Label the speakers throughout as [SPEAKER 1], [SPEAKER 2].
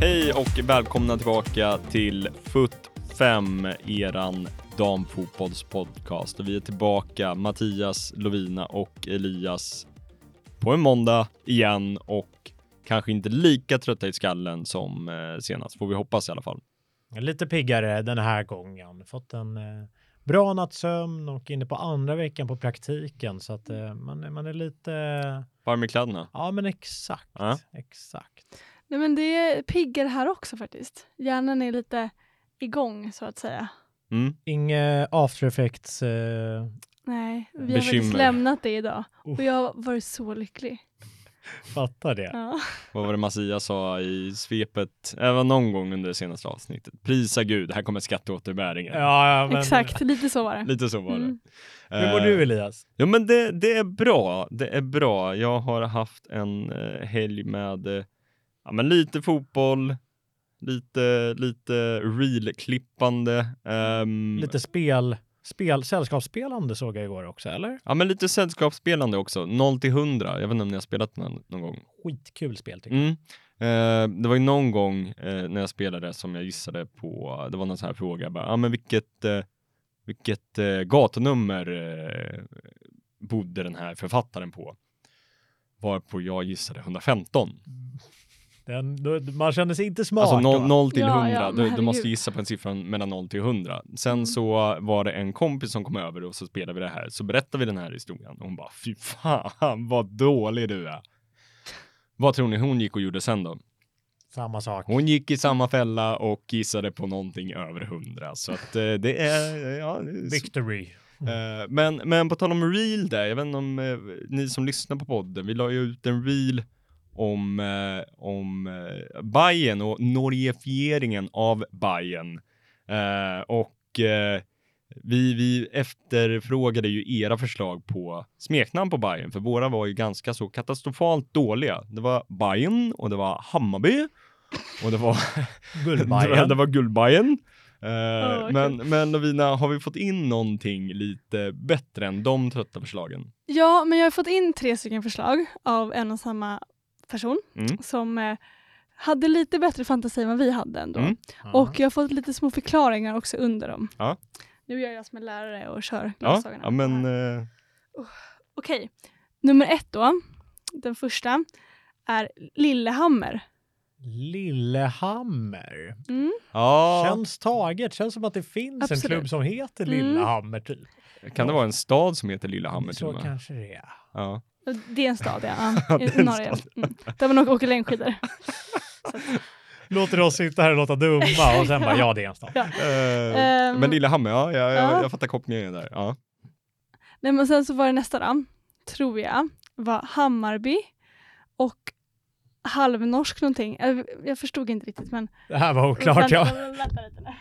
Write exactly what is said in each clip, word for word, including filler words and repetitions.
[SPEAKER 1] Hej och välkomna tillbaka till Foot fem, eran damfotbollspodcast. Vi är tillbaka, Mattias, Lovina och Elias, på en måndag igen och kanske inte lika trötta i skallen som eh, senast, får vi hoppas i alla fall.
[SPEAKER 2] Lite piggare den här gången. Fått en eh, bra nattsömn och inne på andra veckan på praktiken. Så att eh, man, man är lite...
[SPEAKER 1] Varm i kläderna.
[SPEAKER 2] Ja, men exakt.
[SPEAKER 1] Ja.
[SPEAKER 2] Exakt.
[SPEAKER 3] Nej, men det är piggare här också faktiskt. Hjärnan är lite igång så att säga.
[SPEAKER 1] Mm.
[SPEAKER 2] Inga after effects. Eh...
[SPEAKER 3] Nej, vi har
[SPEAKER 1] Bekymmer.
[SPEAKER 3] faktiskt lämnat det idag.
[SPEAKER 2] Uff.
[SPEAKER 3] Och jag har varit så lycklig.
[SPEAKER 2] Fattar det.
[SPEAKER 3] Ja.
[SPEAKER 1] Vad var det Mattias sa i svepet även någon gång under det senaste avsnittet? Prisa Gud, här kommer skatteåterbäringen.
[SPEAKER 2] Ja, ja, men...
[SPEAKER 3] Exakt, lite så var det.
[SPEAKER 1] Lite så var det.
[SPEAKER 3] Mm.
[SPEAKER 2] Hur mår du, Elias?
[SPEAKER 1] Ja, men det, det är bra. Det är bra. Jag har haft en eh, helg med eh, ja, men lite fotboll, lite lite reel-klippande. Um,
[SPEAKER 2] Lite spel, spel, sällskapsspelande såg jag igår också, eller?
[SPEAKER 1] Ja, men lite sällskapsspelande också. noll till hundra. Jag vet inte om ni har spelat någon, någon gång.
[SPEAKER 2] Skitkul spel tycker jag.
[SPEAKER 1] Mm. Eh, det var ju någon gång eh, när jag spelade som jag gissade på. Det var någon sån här fråga. Ja, ah, men vilket, eh, vilket eh, gatunummer eh, bodde den här författaren på? Varpå jag gissade hundrafemton.
[SPEAKER 2] Den, då, man känner sig inte smart.
[SPEAKER 1] Alltså
[SPEAKER 2] då.
[SPEAKER 1] noll till
[SPEAKER 3] Ja,
[SPEAKER 1] hundra.
[SPEAKER 3] ja, men
[SPEAKER 1] du, du måste
[SPEAKER 3] herregud.
[SPEAKER 1] gissa på en siffra mellan noll till hundra. Sen
[SPEAKER 3] Mm.
[SPEAKER 1] så var det en kompis som kom över och så spelade vi det här. Så berättade vi den här historien. Och hon bara, fy fan vad dålig du är. Vad tror ni hon gick och gjorde sen då?
[SPEAKER 2] Samma sak.
[SPEAKER 1] Hon gick i samma fälla och gissade på någonting över hundra. Så att eh, det är... Ja, det är så.
[SPEAKER 2] Victory.
[SPEAKER 1] Eh, men, men på tal om reel där. Jag vet inte om eh, ni som lyssnar på podden. Vi la ju ut en reel om, eh, om eh, Bayern och norgifieringen av Bayern. Eh, och eh, vi, vi efterfrågade ju era förslag på smeknamn på Bayern. För våra var ju ganska så katastrofalt dåliga. Det var Bayern och det var Hammarby. Och det var
[SPEAKER 2] Guldbayern.
[SPEAKER 1] det var, det var Guldbayern. Uh,
[SPEAKER 3] Oh,
[SPEAKER 1] men, men Lovina, har vi fått in någonting lite bättre än de trötta förslagen?
[SPEAKER 3] Ja, men jag har fått in tre stycken förslag av en och samma person
[SPEAKER 1] Mm.
[SPEAKER 3] som eh, hade lite bättre fantasi än vad vi hade ändå.
[SPEAKER 1] Mm.
[SPEAKER 2] Ja.
[SPEAKER 3] Och jag har fått lite små förklaringar också under dem.
[SPEAKER 1] Ja.
[SPEAKER 3] Nu gör jag som en lärare och kör
[SPEAKER 1] Ja,
[SPEAKER 3] glasögonen.
[SPEAKER 1] ja, men uh,
[SPEAKER 3] Okej, nummer ett då. Den första är Lillehammer.
[SPEAKER 2] Lillehammer.
[SPEAKER 3] Mm.
[SPEAKER 1] ja,
[SPEAKER 2] Känns taget. Känns som att det finns
[SPEAKER 3] Absolut.
[SPEAKER 2] en klubb som heter
[SPEAKER 3] Mm.
[SPEAKER 2] Lillehammer typ.
[SPEAKER 1] kan det vara en stad som heter Lillehammer till
[SPEAKER 2] Så
[SPEAKER 1] och med?
[SPEAKER 2] kanske det är.
[SPEAKER 1] Ja.
[SPEAKER 3] Det är en stad, ja.
[SPEAKER 1] Ja,
[SPEAKER 3] ja
[SPEAKER 1] det
[SPEAKER 3] I
[SPEAKER 1] är en
[SPEAKER 3] Norge.
[SPEAKER 1] stad.
[SPEAKER 3] Mm. Där man åker längdskidor. Så att,
[SPEAKER 2] Låter oss sitta här och låta dumma och sen bara, ja det är en stad.
[SPEAKER 3] ja.
[SPEAKER 1] Uh,
[SPEAKER 3] Ehm,
[SPEAKER 1] men Lillehammer, ja, jag, jag,
[SPEAKER 3] ja.
[SPEAKER 1] jag fattar kopplingen där. Ja.
[SPEAKER 3] Nej, men sen så var det nästa då, tror jag, var Hammarby och halvnorsk någonting. Jag, jag förstod inte riktigt, men...
[SPEAKER 2] Det här var oklart, ja.
[SPEAKER 3] Vänta, vänta lite nu.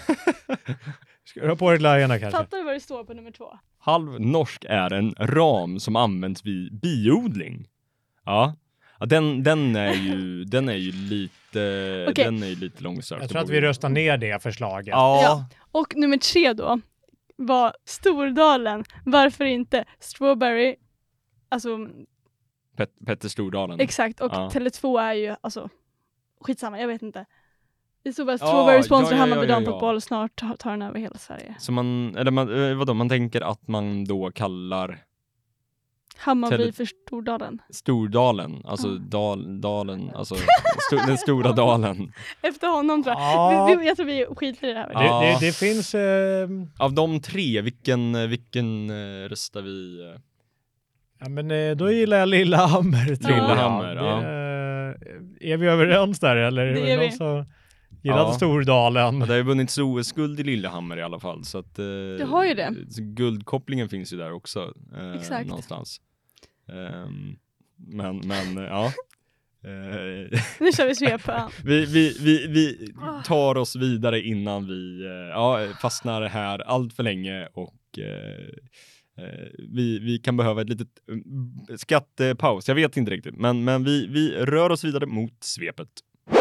[SPEAKER 2] Ska du ha på dig glajjorna kanske?
[SPEAKER 3] Fattar du vad det står på nummer två?
[SPEAKER 1] Halvnorsk är en ram som används vid biodling. Ja. Ja, den, den är ju den är ju lite
[SPEAKER 3] Okej.
[SPEAKER 1] den är ju lite långsökt.
[SPEAKER 2] Jag tror att vi röstar ner det förslaget.
[SPEAKER 1] Ja.
[SPEAKER 3] Ja. Och nummer tre då var Stordalen. Varför inte Strawberry? Alltså,
[SPEAKER 1] Pet- Petter Stordalen.
[SPEAKER 3] exakt. Och
[SPEAKER 1] Ja.
[SPEAKER 3] Tele två är ju, alltså, skitsamma, jag vet inte. Det stod bara
[SPEAKER 1] Ja,
[SPEAKER 3] Strawberry sponsor
[SPEAKER 1] ja, ja,
[SPEAKER 3] Hammarby
[SPEAKER 1] ja, ja.
[SPEAKER 3] damfotboll. Snart tar tar den över hela Sverige.
[SPEAKER 1] Så man eller man eh, vadå man tänker att man då kallar
[SPEAKER 3] Hammarby
[SPEAKER 1] Tele-
[SPEAKER 3] för Stordalen.
[SPEAKER 1] Stordalen, alltså
[SPEAKER 3] Ja.
[SPEAKER 1] dal, dalen, alltså sto- den stora dalen.
[SPEAKER 3] Efter honom tror jag.
[SPEAKER 2] Ja.
[SPEAKER 3] Vi, vi, jag tror vi skiter i det här.
[SPEAKER 2] Det,
[SPEAKER 1] Ja.
[SPEAKER 2] det, det finns... Eh,
[SPEAKER 1] Av de tre, vilken vilken eh, röstar vi? eh?
[SPEAKER 2] ja, men eh, då gillar jag Lillehammer. tror jag.
[SPEAKER 1] Lillehammer,
[SPEAKER 2] Det,
[SPEAKER 1] ja.
[SPEAKER 2] eh, Är vi överens där eller?
[SPEAKER 3] Det
[SPEAKER 2] Var
[SPEAKER 3] är
[SPEAKER 2] någon
[SPEAKER 3] vi.
[SPEAKER 2] som gillade
[SPEAKER 1] Ja.
[SPEAKER 2] Stordalen?
[SPEAKER 1] Ja, det har ju vunnits O S-guld i Lillehammer i alla fall. Så att, eh,
[SPEAKER 3] Det har ju det.
[SPEAKER 1] så guldkopplingen finns ju där också. Eh,
[SPEAKER 3] Exakt.
[SPEAKER 1] Någonstans. Ehm, men, men, eh, ja. Eh,
[SPEAKER 3] Nu kör vi svep. Ja.
[SPEAKER 1] vi, vi, vi, vi tar oss vidare innan vi eh, ja, fastnar här allt för länge och eh, eh, vi, vi kan behöva ett litet eh, skattepaus. Jag vet inte riktigt, men, men vi, vi rör oss vidare mot svepet.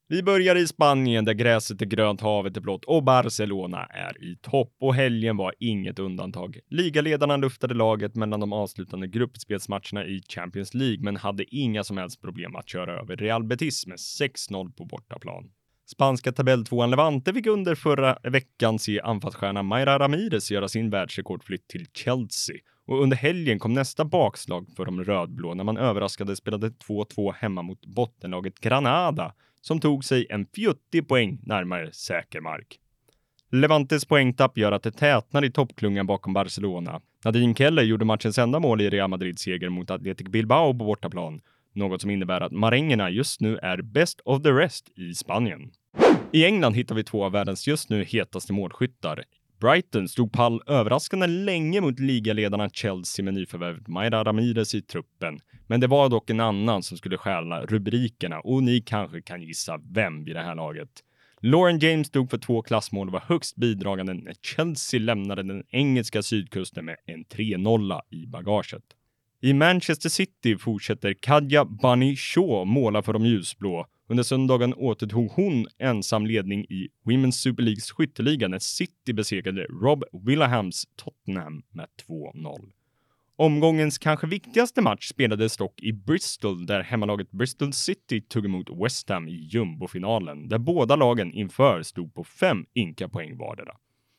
[SPEAKER 1] Vi börjar i Spanien där gräset är grönt, havet är blått och Barcelona är i topp. Och helgen var inget undantag. Ligaledarna luftade laget mellan de avslutande gruppspelsmatcherna i Champions League men hade inga som helst problem att köra över Real Betis med sex noll på bortaplan. Spanska tabelltvåan Levante fick under förra veckan se anfallsstjärna Mayra Ramirez göra sin världsrekordflytt till Chelsea. Och under helgen kom nästa bakslag för de rödblå när man överraskade spelade två två hemma mot bottenlaget Granada som tog sig en fjuttio poäng närmare säker mark. Levantes poängtapp gör att det tätnar i toppklungan bakom Barcelona. Nadine Keller gjorde matchens enda mål i Real Madrids seger mot Athletic Bilbao på bortaplan. Något som innebär att marängerna just nu är best of the rest i Spanien. I England hittar vi två av världens just nu hetaste målskyttar. Brighton stod pall överraskande länge mot ligaledarna Chelsea med nyförvärvet Mayra Ramirez i truppen. Men det var dock en annan som skulle stjäla rubrikerna och ni kanske kan gissa vem vid det här laget. Lauren James stod för två klassmål och var högst bidragande när Chelsea lämnade den engelska sydkusten med en tre noll i bagaget. I Manchester City fortsätter Kadja Bunny Shaw måla för de ljusblå. Under söndagen återtog hon ensam ledning i Women's Super Leagues skytteliga när City besegrade Rob Willahams Tottenham med två noll. Omgångens kanske viktigaste match spelades dock i Bristol där hemmalaget Bristol City tog emot West Ham i jumbofinalen där båda lagen inför stod på fem inka poäng vardera.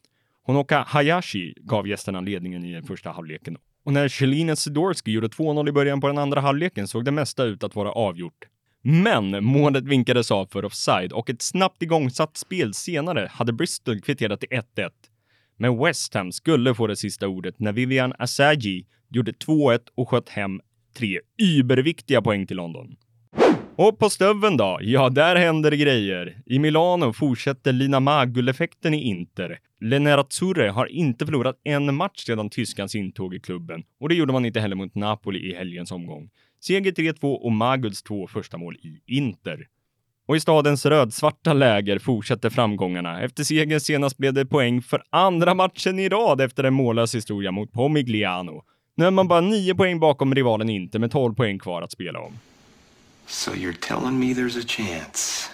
[SPEAKER 1] Honoka Hayashi gav gästerna ledningen i den första halvleken och när Shelina Sidorski gjorde två noll i början på den andra halvleken såg det mesta ut att vara avgjort. Men målet vinkades av för offside och ett snabbt igångsatt spel senare hade Bristol kvitterat till ett ett. Men West Ham skulle få det sista ordet när Vivian Assaji gjorde två ett och sköt hem tre überviktiga poäng till London. Och på stöven då? Ja, där händer det grejer. I Milano fortsätter Lina Magul-effekten i Inter. Lenerazzurre har inte förlorat en match sedan tyskans intåg i klubben. Och det gjorde man inte heller mot Napoli i helgens omgång. Seger tre två och Maguls två första mål i Inter. Och i stadens rödsvarta läger fortsätter framgångarna. Efter segern senast blev det poäng för andra matchen i rad efter en mållös historia mot Pomigliano. Nu är man bara nio poäng bakom rivalen Inter med tolv poäng kvar att spela om.
[SPEAKER 4] So you're telling me there's a chance?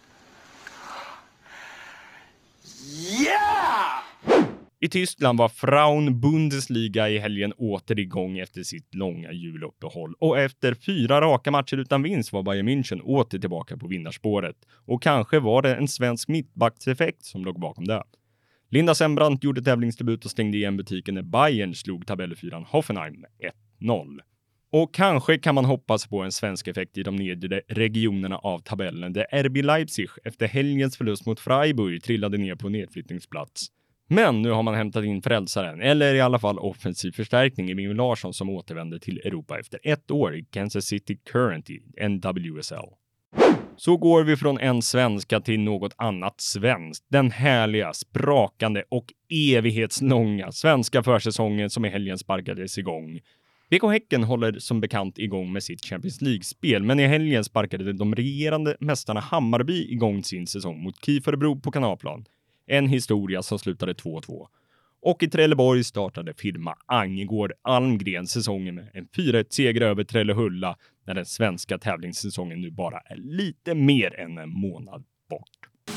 [SPEAKER 4] Yeah!
[SPEAKER 1] I Tyskland var Frauen Bundesliga i helgen åter igång efter sitt långa juluppehåll. Och efter fyra raka matcher utan vinst var Bayern München åter tillbaka på vinnarspåret. Och kanske var det en svensk mittbackseffekt som låg bakom det. Linda Sembrant gjorde tävlingsdebut och stängde igen butiken när Bayern slog tabellfyran Hoffenheim med ett noll. Och kanske kan man hoppas på en svensk effekt i de nedre regionerna av tabellen där R B Leipzig efter helgens förlust mot Freiburg trillade ner på nedflyttningsplats. Men nu har man hämtat in frälsaren, eller i alla fall offensiv förstärkning i Mimmi Larsson som återvände till Europa efter ett år i Kansas City Current i N W S L. Så går vi från en svenska till något annat svenskt. Den härliga, sprakande och evighetslånga svenska försäsongen som i helgen sparkades igång. B K Häcken håller som bekant igång med sitt Champions League-spel, men i helgen sparkade de regerande mästarna Hammarby igång sin säsong mot KIF Örebro på Kanalplan. En historia som slutade två två. Och i Trelleborg startade firma Angegård Almgren säsongen med en fyra ett seger över Trellehulla när den svenska tävlingssäsongen nu bara är lite mer än en månad bort.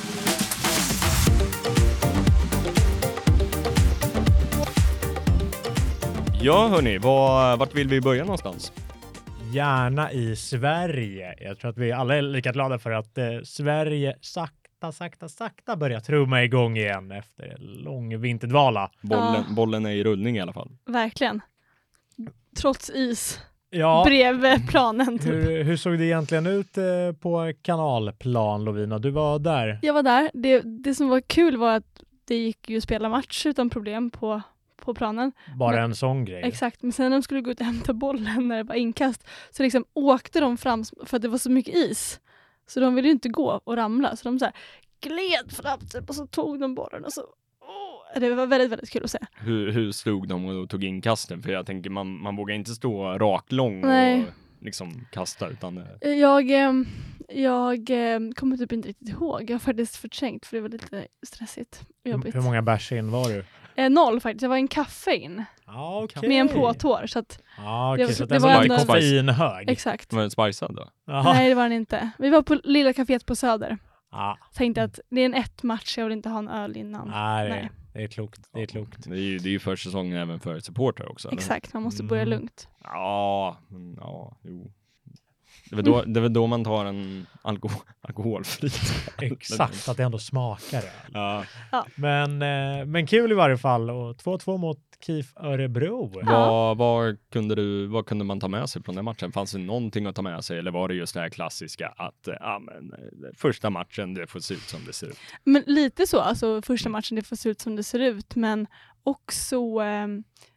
[SPEAKER 1] Ja hörni, var, vart vill vi börja någonstans?
[SPEAKER 2] Gärna i Sverige. Jag tror att vi alla är lika glada för att eh, Sverige sakta, sakta, sakta börjar trumma igång igen efter en lång vinterdvala.
[SPEAKER 1] Bollen,
[SPEAKER 3] Ja.
[SPEAKER 1] bollen är i rullning i alla fall.
[SPEAKER 3] Verkligen. Trots is.
[SPEAKER 2] Ja,
[SPEAKER 3] Bredvid planen typ.
[SPEAKER 2] hur, hur såg det egentligen ut eh, på Kanalplan, Lovina? Du var där.
[SPEAKER 3] Jag var där. Det, det som var kul var att det gick ju att spela match utan problem på, på planen.
[SPEAKER 2] Bara
[SPEAKER 3] Men-
[SPEAKER 2] en sån grej.
[SPEAKER 3] Exakt, men sen när de skulle gå ut och hämta bollen när det var inkast så liksom åkte de fram för att det var så mycket is. Så de ville ju inte gå och ramla. Så de så här gled fram typ, och så tog de bollen och så... Åh, det var väldigt, väldigt kul att se.
[SPEAKER 1] Hur, hur stod de och tog in kasten? För jag tänker man, man vågar inte stå raklång
[SPEAKER 3] Nej.
[SPEAKER 1] och liksom kasta utan... eh,
[SPEAKER 3] Jag, eh, jag eh, kommer typ inte riktigt ihåg. Jag har faktiskt förträngt för det var lite stressigt och jobbigt.
[SPEAKER 2] Hur många bärs in var du?
[SPEAKER 3] Eh, noll faktiskt. Jag var en kaffe in
[SPEAKER 2] Ja, okej.
[SPEAKER 3] med en påtår. Så att,
[SPEAKER 2] Ja, okej.
[SPEAKER 3] Det-
[SPEAKER 2] Så att
[SPEAKER 3] det
[SPEAKER 2] den
[SPEAKER 3] var
[SPEAKER 2] var
[SPEAKER 3] ändå-
[SPEAKER 2] koffeinhög.
[SPEAKER 3] exakt.
[SPEAKER 1] Var den spicad då?
[SPEAKER 2] Jaha.
[SPEAKER 3] Nej, det var den inte. Vi var på lilla kaféet på Söder.
[SPEAKER 2] Ja.
[SPEAKER 3] Tänkte att det är en ett match, jag vill inte ha en öl innan.
[SPEAKER 2] Nej,
[SPEAKER 3] Nej.
[SPEAKER 2] det är klokt. Det är klokt.
[SPEAKER 1] Det är ju, det är ju för säsongen även för supportrar också. eller?
[SPEAKER 3] Exakt, man måste börja
[SPEAKER 2] Mm.
[SPEAKER 3] lugnt.
[SPEAKER 1] Ja, men, ja, jo. Det är, väl då, det är väl då man tar en alkohol, alkoholfri.
[SPEAKER 2] Exakt, att det ändå smakar öl.
[SPEAKER 1] Ja.
[SPEAKER 2] Men, eh, men kul i varje fall. Och två två mot KIF Örebro.
[SPEAKER 1] Vad, vad, kunde du, vad kunde man ta med sig från den matchen? Fanns det någonting att ta med sig? Eller var det just det här klassiska att ja, men, eh, första matchen, det får se ut som det ser ut?
[SPEAKER 3] Men lite så, alltså första matchen det får se ut som det ser ut, men också eh,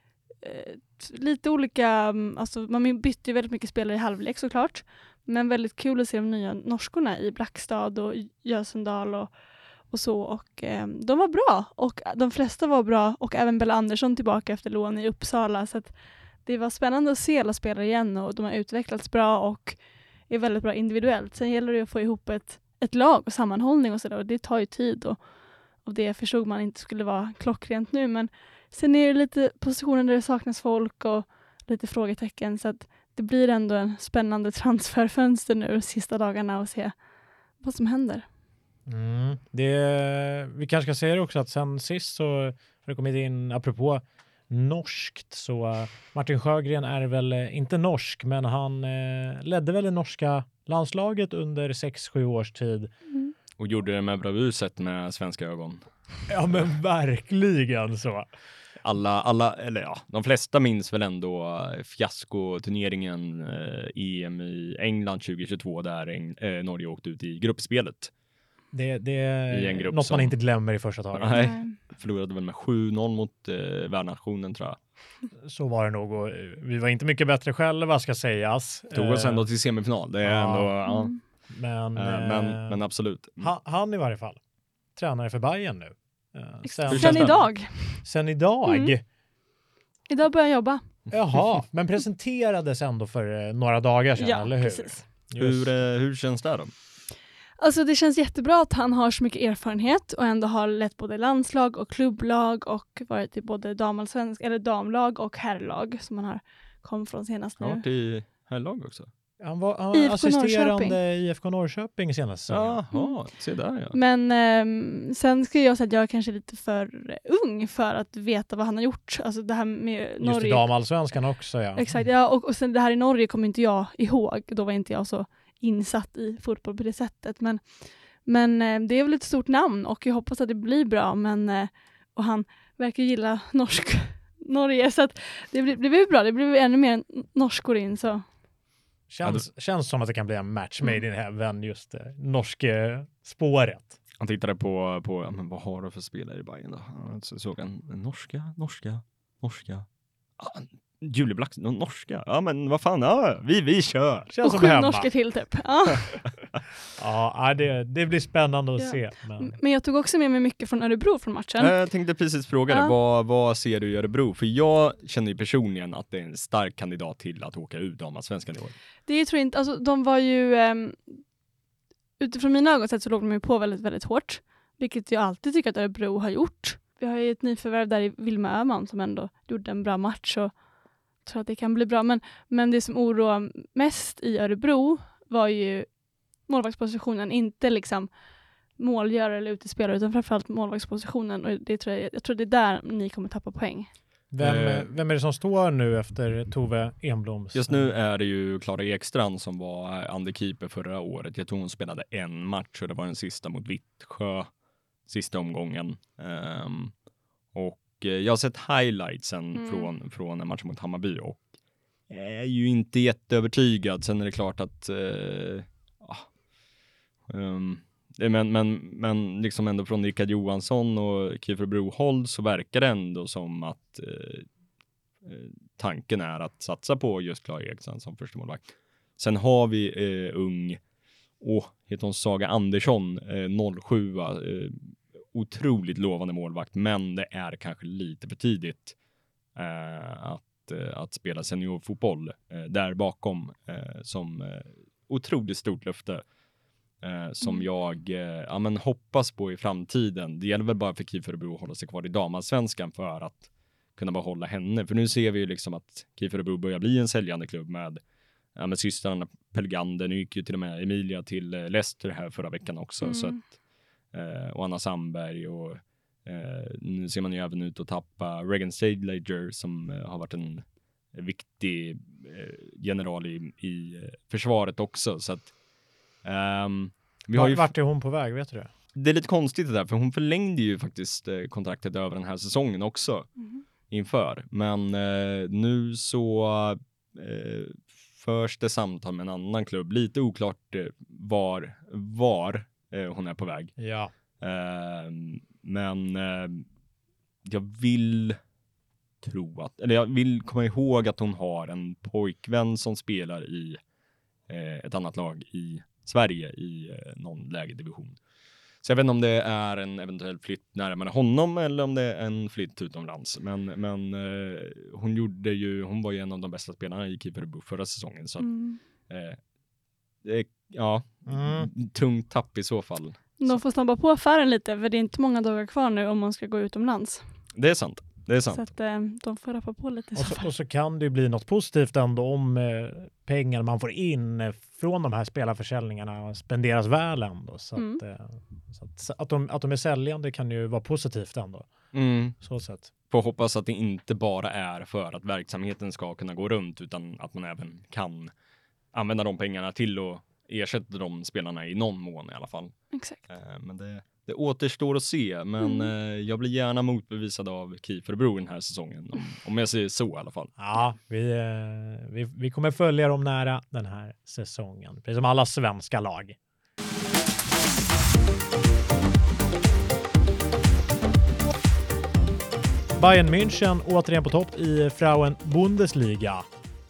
[SPEAKER 3] eh, lite olika, alltså man bytte ju väldigt mycket spelare i halvlek såklart, men väldigt kul att se de nya norskorna i Blackstad och Jösendal och, och så, och eh, de var bra, och de flesta var bra, och även Bella Andersson tillbaka efter lån i Uppsala, så att det var spännande att se alla spelare igen, och de har utvecklats bra och är väldigt bra individuellt. Sen gäller det att få ihop ett, ett lag och sammanhållning och sådär, och det tar ju tid, och, och det förstod man inte skulle vara klockrent nu, men sen är det lite positioner där det saknas folk och lite frågetecken, så att det blir ändå en spännande transferfönster nu de sista dagarna och se vad som händer.
[SPEAKER 2] Mm. Det, vi kanske ska säga det också att sen sist så har det kommit in, apropå norskt, så Martin Sjögren är väl inte norsk, men han eh, ledde väl det norska landslaget under sex sju års tid.
[SPEAKER 3] Mm.
[SPEAKER 1] Och gjorde det med bravur sett med svenska ögon.
[SPEAKER 2] Ja, men verkligen så.
[SPEAKER 1] Alla, alla, eller ja, de flesta minns väl ändå fiaskoturneringen eh, E M i England tjugohundratjugotvå där Eng, eh, Norge åkte ut i gruppspelet.
[SPEAKER 2] Det, det
[SPEAKER 1] I en
[SPEAKER 2] är
[SPEAKER 1] grupp
[SPEAKER 2] något
[SPEAKER 1] som-
[SPEAKER 2] man inte glömmer i första taget.
[SPEAKER 1] Nej.
[SPEAKER 3] Nej.
[SPEAKER 1] Förlorade väl med sju noll mot eh, värdnationen tror jag.
[SPEAKER 2] Så var det nog. Och vi var inte mycket bättre själva, ska sägas.
[SPEAKER 1] Tog oss
[SPEAKER 2] Eh,
[SPEAKER 1] ändå till semifinal. Det är
[SPEAKER 2] ja.
[SPEAKER 1] ändå, ja.
[SPEAKER 3] Mm.
[SPEAKER 2] Men,
[SPEAKER 1] Eh, men,
[SPEAKER 2] eh,
[SPEAKER 1] men absolut.
[SPEAKER 2] ha, han i varje fall. Tränare för Bayern nu. Eh,
[SPEAKER 1] Hur
[SPEAKER 3] Sen
[SPEAKER 1] känns det?
[SPEAKER 3] idag.
[SPEAKER 2] Sen idag.
[SPEAKER 3] Mm. Idag börjar jag jobba.
[SPEAKER 2] Jaha, men presenterades ändå för eh, några dagar sedan,
[SPEAKER 3] Ja,
[SPEAKER 2] eller hur?
[SPEAKER 3] precis.
[SPEAKER 2] Just.
[SPEAKER 1] Hur, eh, hur känns det då?
[SPEAKER 3] Alltså det känns jättebra att han har så mycket erfarenhet och ändå har lett både landslag och klubblag och varit i både damallsvensk eller damlag och herrlag som han har kom från senast
[SPEAKER 1] Har
[SPEAKER 3] nu.
[SPEAKER 1] varit i herrlag också?
[SPEAKER 2] Han var, han var
[SPEAKER 3] I F K
[SPEAKER 2] assisterande
[SPEAKER 3] Norrköping.
[SPEAKER 2] i I F K Norrköping senast säsongen.
[SPEAKER 1] Jaha, se där ja.
[SPEAKER 3] Men ehm, sen ska jag säga att jag är kanske lite för ung för att veta vad han har gjort. Alltså det här med
[SPEAKER 2] Just i
[SPEAKER 3] Norge.
[SPEAKER 2] damallsvenskan också, ja.
[SPEAKER 3] Exakt, ja, och, och sen det här i Norge kommer inte jag ihåg. Då var inte jag så insatt i fotboll på det sättet. Men, men eh, det är väl ett stort namn och jag hoppas att det blir bra. Men, eh, och han verkar gilla norsk Norge, så att det blir, det blir bra. Det blir ännu mer norskor in. Så.
[SPEAKER 2] Känns, känns som att det kan bli en match made in heaven, just det norske spåret.
[SPEAKER 1] Han tittade på, på ja, men vad har du för spelare i Bayern då? Ja, så såg han norska, norska, norska. Ah, Julie Black, no, norska. Ja men vad fan, ja, vi, vi kör.
[SPEAKER 2] Känns
[SPEAKER 3] Och
[SPEAKER 2] som
[SPEAKER 3] sju
[SPEAKER 2] hemma.
[SPEAKER 3] norska till typ. Ja.
[SPEAKER 2] Ja, det, det blir spännande att
[SPEAKER 3] Ja.
[SPEAKER 2] se. Men...
[SPEAKER 3] Men jag tog också med mig mycket från Örebro från matchen.
[SPEAKER 1] Eh, Jag tänkte precis fråga dig,
[SPEAKER 3] Ja.
[SPEAKER 1] vad, vad ser du i Örebro? För jag känner ju personligen att det är en stark kandidat till att åka ut damallsvenskan i år.
[SPEAKER 3] Det tror jag inte, alltså de var ju um, utifrån mina ögon sett så låg de ju på väldigt, väldigt hårt. Vilket jag alltid tycker att Örebro har gjort. Vi har ju ett nyförvärv där i Vilma Öhman som ändå gjorde en bra match och tror att det kan bli bra. Men, men det som oroar mest i Örebro var ju målvaktspositionen, inte liksom målgörare eller utespelare utan framförallt målvaktspositionen, och det tror jag, jag tror det är där ni kommer tappa poäng.
[SPEAKER 2] Vem,
[SPEAKER 1] Eh.
[SPEAKER 2] vem är det som står nu efter Tove Enbloms?
[SPEAKER 1] Just nu är det ju Klara Ekstrand som var underkeeper förra året. Jag tror hon spelade en match och det var den sista mot Vittsjö, sista omgången. Ehm, och eh, jag har sett highlightsen
[SPEAKER 3] Mm.
[SPEAKER 1] från, från en match mot Hammarby och är ju inte jätteövertygad. Sen är det klart att eh, ah, ehm, det- men, men, men liksom ändå från Rickard Johansson och Kiefer Brohold så verkar det ändå som att eh, eh, tanken är att satsa på just Klara Ekstrand som första målvakt. Sen har vi eh, ung, åh, heter hon Saga Andersson, eh, noll sju, eh, otroligt lovande målvakt, men det är kanske lite för tidigt eh, att, eh, att spela seniorfotboll eh, där bakom eh, som eh, otroligt stort löfte. Eh, som
[SPEAKER 3] Mm.
[SPEAKER 1] jag eh, ja, men hoppas på i framtiden. Det gäller väl bara för Kiefer Örebro att hålla sig kvar i damallsvenskan för att kunna behålla henne. För nu ser vi ju liksom att Kiefer Örebro börjar bli en säljande klubb med ja, med systrarna Pelgander. Nu gick ju till och med Emilia till eh, Leicester här förra veckan också.
[SPEAKER 3] Mm.
[SPEAKER 1] Så att, eh, och Anna Sandberg och eh, nu ser man ju även ut att tappa Regan Stadlager som eh, har varit en viktig eh, general i, i eh, försvaret också. Så att ehm, vi har ju
[SPEAKER 2] Vart är hon på väg, vet du det?
[SPEAKER 1] det är lite konstigt det där, för hon förlängde ju faktiskt eh, kontraktet över den här säsongen också
[SPEAKER 3] Mm.
[SPEAKER 1] inför. Men eh, nu så eh, förs det samtal med en annan klubb. Lite oklart eh, var, var eh, hon är på väg.
[SPEAKER 2] Ja.
[SPEAKER 1] Eh, men eh, jag vill tro att, eller jag vill komma ihåg att hon har en pojkvän som spelar i eh, ett annat lag i Sverige i eh, någon lägre division. Så jag vet inte om det är en eventuell flytt närmare honom eller om det är en flytt utomlands. Men, men eh, hon gjorde ju, hon var ju en av de bästa spelarna i Keeper Buff förra säsongen. Så att,
[SPEAKER 3] Mm.
[SPEAKER 1] eh, det, ja,
[SPEAKER 2] Mm.
[SPEAKER 1] tungt tapp i så fall.
[SPEAKER 3] De får snabba på affären lite, för det är inte många dagar kvar nu om man ska gå utomlands.
[SPEAKER 1] Det är sant, det är sant.
[SPEAKER 3] Så att eh, de får rappa på lite i
[SPEAKER 2] Och
[SPEAKER 3] så
[SPEAKER 2] så,
[SPEAKER 3] fall.
[SPEAKER 2] och så kan det ju bli något positivt ändå om eh, pengar man får in eh, från de här spelarförsäljningarna spenderas väl ändå. Så,
[SPEAKER 3] Mm.
[SPEAKER 2] att, eh, så att, så att, de, att de är säljande kan ju vara positivt ändå.
[SPEAKER 1] Mm.
[SPEAKER 2] Så sätt.
[SPEAKER 1] Får hoppas att det inte bara är för att verksamheten ska kunna gå runt, utan att man även kan använda de pengarna till att ersätta de spelarna i någon mån i alla fall.
[SPEAKER 3] Exakt.
[SPEAKER 1] Eh, men det, det återstår att se. Men
[SPEAKER 3] Mm.
[SPEAKER 1] eh, jag blir gärna motbevisad av Kieferbro den här säsongen. Om, om jag säger så i alla fall.
[SPEAKER 2] Ja, vi, eh, vi, vi kommer följa dem nära den här säsongen. Precis som alla svenska lag. Bayern München återigen på topp i Frauen Bundesliga.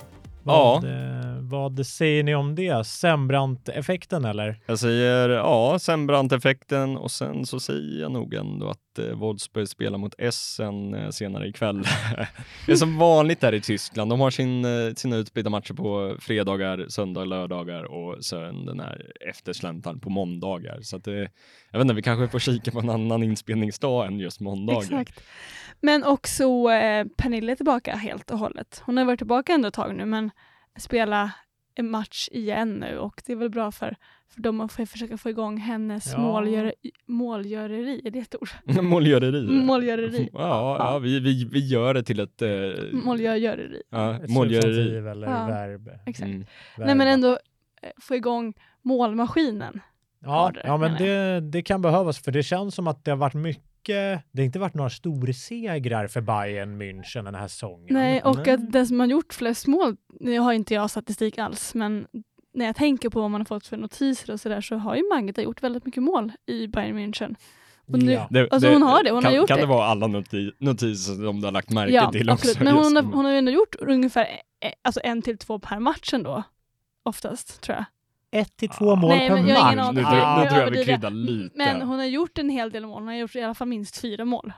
[SPEAKER 2] Vad, eh, vad säger ni om det? Sembrant-effekten eller?
[SPEAKER 1] Jag säger ja, Sembrant-effekten, och sen så säger jag nog ändå att eh, Wolfsburg spelar mot Essen eh, senare ikväll. Det är som vanligt där i Tyskland. De har sin, eh, sina utspridda matcher på fredagar, söndagar, lördagar och sen den här eftersläntan på måndagar. Så att, eh, jag vet inte, vi kanske får kika på en annan inspelningsdag än just måndagar.
[SPEAKER 3] Exakt. Men också eh, Pernille är tillbaka helt och hållet. Hon har varit tillbaka ändå ett tag nu, men spela en match igen nu, och det är väl bra för, för dem att få, försöka få igång hennes
[SPEAKER 2] Ja.
[SPEAKER 3] målgöre, målgöreri. Är det ett ord?
[SPEAKER 1] Målgöreri.
[SPEAKER 3] Målgöreri.
[SPEAKER 1] Ja, ja vi, vi, vi gör det till ett... Eh,
[SPEAKER 3] Målgöreri.
[SPEAKER 1] ja,
[SPEAKER 2] Ett
[SPEAKER 1] målgöreri.
[SPEAKER 2] substantiv eller
[SPEAKER 3] Ja.
[SPEAKER 2] verb.
[SPEAKER 3] Exakt.
[SPEAKER 1] Mm.
[SPEAKER 3] Nej, men ändå eh, få igång målmaskinen.
[SPEAKER 2] Ja,
[SPEAKER 3] har
[SPEAKER 2] ja men
[SPEAKER 3] menar
[SPEAKER 2] det, det kan behövas, för det känns som att det har varit mycket, det har inte varit några storsegrar för Bayern München den här säsongen.
[SPEAKER 3] Nej, och
[SPEAKER 1] Nej.
[SPEAKER 3] att den som har gjort flest mål, nu har inte jag statistik alls, men när jag tänker på vad man har fått för notiser och sådär, så har ju Magda gjort väldigt mycket mål i Bayern München. Och nu,
[SPEAKER 2] Ja.
[SPEAKER 1] Det,
[SPEAKER 3] Alltså hon har det, hon
[SPEAKER 1] kan,
[SPEAKER 3] har gjort
[SPEAKER 1] kan
[SPEAKER 3] det.
[SPEAKER 1] det vara alla noti- notiser som du har lagt märke
[SPEAKER 3] Ja,
[SPEAKER 1] till
[SPEAKER 3] absolut.
[SPEAKER 1] också?
[SPEAKER 3] Men hon
[SPEAKER 1] just
[SPEAKER 3] har,
[SPEAKER 1] som-
[SPEAKER 3] hon har ju ändå gjort ungefär eh, alltså en till två per match ändå. Oftast, tror jag.
[SPEAKER 2] Ett till två mål
[SPEAKER 3] Nej,
[SPEAKER 2] per
[SPEAKER 3] men jag har ingen
[SPEAKER 2] match.
[SPEAKER 3] aning.
[SPEAKER 1] Nu, tror-
[SPEAKER 3] Ja,
[SPEAKER 1] nu
[SPEAKER 3] jag
[SPEAKER 1] tror jag vi
[SPEAKER 3] överdriver.
[SPEAKER 1] kryddar lite.
[SPEAKER 3] Men hon har gjort en hel del mål. Hon har gjort i alla fall minst fyra mål.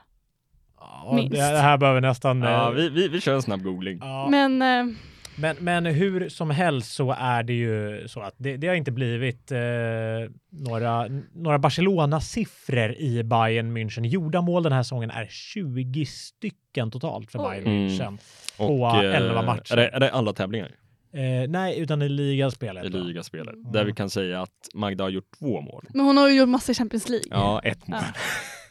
[SPEAKER 2] Ja,
[SPEAKER 3] minst.
[SPEAKER 2] det här behöver nästan...
[SPEAKER 1] Ja,
[SPEAKER 2] eh,
[SPEAKER 1] vi, vi, vi kör en snabb googling.
[SPEAKER 2] ja.
[SPEAKER 3] Men eh,
[SPEAKER 2] Men, men hur som helst så är det ju så att det, det har inte blivit eh, några, några Barcelona-siffror i Bayern München. Gjorda mål den här säsongen är tjugo stycken totalt för
[SPEAKER 3] Oj.
[SPEAKER 2] Bayern
[SPEAKER 1] Mm.
[SPEAKER 2] München.
[SPEAKER 1] Och,
[SPEAKER 2] på
[SPEAKER 1] eh,
[SPEAKER 2] elva matcher.
[SPEAKER 1] Är det, är det alla tävlingar
[SPEAKER 2] Eh, nej, utan i ligaspelet.
[SPEAKER 1] i
[SPEAKER 2] då.
[SPEAKER 1] ligaspelet?
[SPEAKER 2] Mm.
[SPEAKER 1] Där vi kan säga att Magda har gjort två mål.
[SPEAKER 3] Men hon har ju gjort massa i Champions League.
[SPEAKER 1] Ja, ett mål.
[SPEAKER 3] Ja.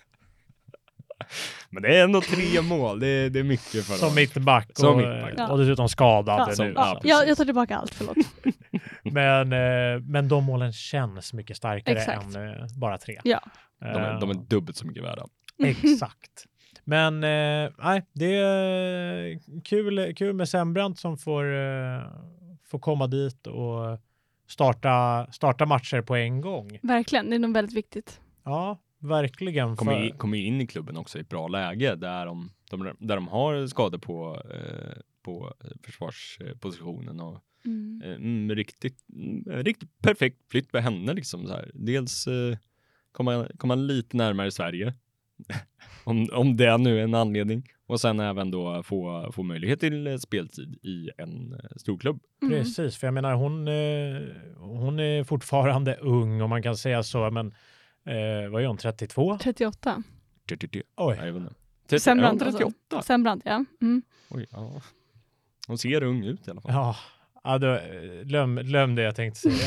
[SPEAKER 1] Men det är ändå tre mål. Det är, det är mycket för
[SPEAKER 2] Som
[SPEAKER 1] dem.
[SPEAKER 2] mittback och,
[SPEAKER 1] Som mittback.
[SPEAKER 3] Ja.
[SPEAKER 2] och dessutom skadad
[SPEAKER 3] Ja,
[SPEAKER 2] nu.
[SPEAKER 1] som-
[SPEAKER 2] så.
[SPEAKER 1] ja, precis.
[SPEAKER 3] jag, jag tar tillbaka allt, förlåt.
[SPEAKER 2] Men, eh, men de målen känns mycket starkare
[SPEAKER 3] Exakt.
[SPEAKER 2] än eh, bara tre.
[SPEAKER 3] Ja.
[SPEAKER 1] De är, de är dubbelt så mycket värda.
[SPEAKER 2] Exakt. Men eh, nej, det är kul, kul med Sembrant som får, eh, får komma dit och starta, starta matcher på en gång.
[SPEAKER 3] Verkligen, det är nog väldigt viktigt.
[SPEAKER 2] Ja, verkligen.
[SPEAKER 1] Kommer,
[SPEAKER 2] För,
[SPEAKER 1] in, kommer in i klubben också i ett bra läge där de, de, där de har skador på, eh, på försvarspositionen och
[SPEAKER 3] Mm.
[SPEAKER 1] eh, mm, riktigt, mm, riktigt perfekt flytt för henne liksom så här. Dels eh, komma, komma lite närmare Sverige om, om det nu är en anledning, och sen även då få, få möjlighet till eh, speltid i en eh, storklubb.
[SPEAKER 3] Mm.
[SPEAKER 2] precis, för jag menar hon, eh, hon är fortfarande ung om man kan säga så, men eh, vad är hon, trettiotvå?
[SPEAKER 3] trettioåtta.
[SPEAKER 2] Oj.
[SPEAKER 1] Nej, jag vet inte.
[SPEAKER 3] Sembrant
[SPEAKER 1] Ja,
[SPEAKER 3] alltså.
[SPEAKER 1] trettioåtta.
[SPEAKER 3] Sembrant, ja. Mm.
[SPEAKER 1] Oj, ja. Hon ser ung ut i alla fall.
[SPEAKER 2] Ja, Ja, då, glöm, glöm det jag tänkte säga.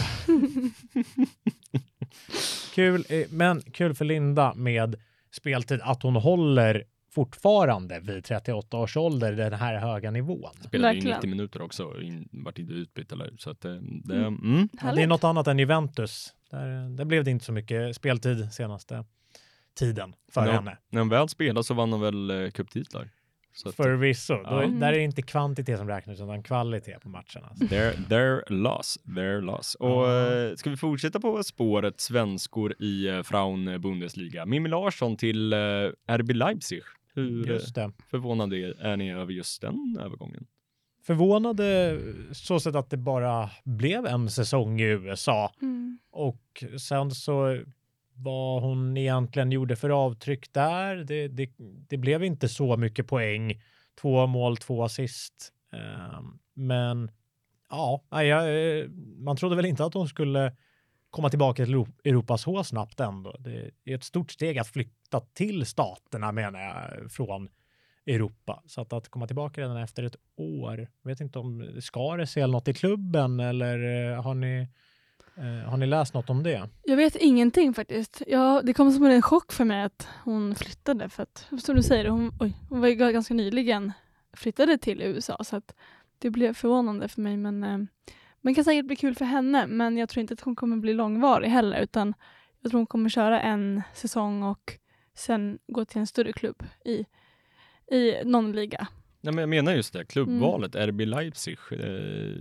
[SPEAKER 2] Kul, eh, men kul för Linda med speltid att hon håller fortfarande vid trettioåtta års ålder den här höga nivån.
[SPEAKER 1] Spelade ju
[SPEAKER 3] Verkligen.
[SPEAKER 1] nittio minuter också, in, vart inte utbytt eller så att det, det
[SPEAKER 3] Mm.
[SPEAKER 1] mm.
[SPEAKER 2] Ja, det är
[SPEAKER 3] Härligt.
[SPEAKER 2] något annat än Juventus. Där, där blev det inte så mycket speltid senaste tiden för
[SPEAKER 1] Ja.
[SPEAKER 2] henne.
[SPEAKER 1] När hon väl spelade så vann hon väl eh, cuptitlar. Så att,
[SPEAKER 2] Förvisso. Då,
[SPEAKER 1] Ja.
[SPEAKER 2] Där är det inte kvantitet som räknas utan kvalitet på matcherna.
[SPEAKER 1] Their, their loss, their loss. Och
[SPEAKER 2] Ja.
[SPEAKER 1] eh, ska vi fortsätta på spåret svenskor i eh, Frauen Bundesliga? Mimmi Larsson till eh, R B Leipzig. Hur
[SPEAKER 2] Just det.
[SPEAKER 1] förvånade är ni över just den övergången?
[SPEAKER 2] Förvånade så sätt att det bara blev en säsong i U S A.
[SPEAKER 3] Mm.
[SPEAKER 2] Och sen så vad hon egentligen gjorde för avtryck där, det, det, det blev inte så mycket poäng. Två mål, två assist. Um, men ja, jag, eh, man trodde väl inte att hon skulle komma tillbaka till Europas H snabbt ändå. Det är ett stort steg att flytta till staterna menar jag från Europa. Så att, att komma tillbaka redan efter ett år. Jag vet inte om ska det se något i klubben eller eh, har ni Eh, har ni läst något om det?
[SPEAKER 3] Jag vet ingenting faktiskt. Ja, det kom som en chock för mig att hon flyttade. För att, som du säger, hon, oj, hon var ju ganska nyligen flyttade till U S A. Så att det blev förvånande för mig. Men eh, man kan säkert bli kul för henne. Men jag tror inte att hon kommer bli långvarig heller. Utan jag tror hon kommer köra en säsong och sen gå till en större klubb i, i någon liga.
[SPEAKER 1] Nej, men jag menar just det, klubbvalet, R B Leipzig. Eh,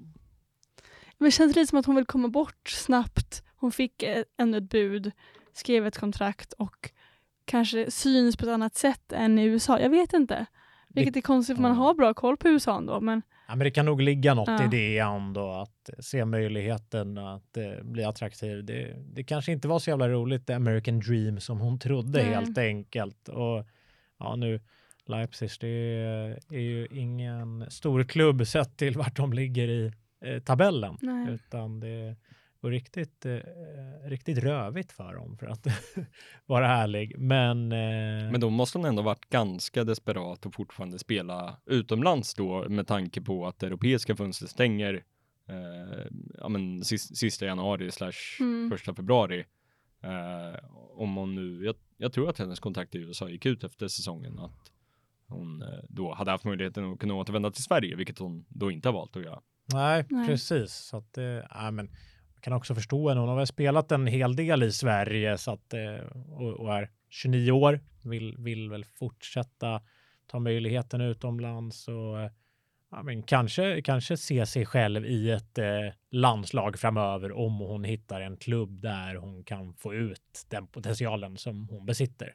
[SPEAKER 3] Men det känns lite som att hon vill komma bort snabbt. Hon fick eh, ännu ett bud, skrev ett kontrakt och kanske syns på ett annat sätt än i U S A. Jag vet inte. Vilket är konstigt för man
[SPEAKER 2] ja.
[SPEAKER 3] har bra koll på U S A ändå. Men
[SPEAKER 2] Ja, men det kan nog ligga något
[SPEAKER 3] Ja.
[SPEAKER 2] i det ändå, att se möjligheten att eh, bli attraktiv. Det, det kanske inte var så jävla roligt, the American Dream som hon trodde
[SPEAKER 3] Nej.
[SPEAKER 2] helt enkelt. Och ja, nu Leipzig, det är, är ju ingen stor klubb sett till vart de ligger i eh, tabellen.
[SPEAKER 3] nej.
[SPEAKER 2] Utan det går riktigt, eh, riktigt rövigt för dem för att vara ärlig. Men, eh,
[SPEAKER 1] Men då måste hon ändå varit ganska desperat och fortfarande spela utomlands då med tanke på att det europeiska fönstret stänger eh, ja, men, sis, sista januari slash
[SPEAKER 3] Mm.
[SPEAKER 1] första februari. Eh, om hon nu, jag, jag tror att hennes kontakt i U S A gick ut efter säsongen, att hon eh, då hade haft möjligheten att kunna återvända till Sverige, vilket hon då inte har valt att göra.
[SPEAKER 2] Nej,
[SPEAKER 3] Nej.
[SPEAKER 2] precis. Så att, eh, ja, men jag kan också förstå henne. Hon har väl spelat en hel del i Sverige så att, eh, och, och är tjugonio år. Vill, vill väl fortsätta ta möjligheten utomlands och eh, ja, men kanske, kanske se sig själv i ett eh, landslag framöver om hon hittar en klubb där hon kan få ut den potentialen som hon besitter.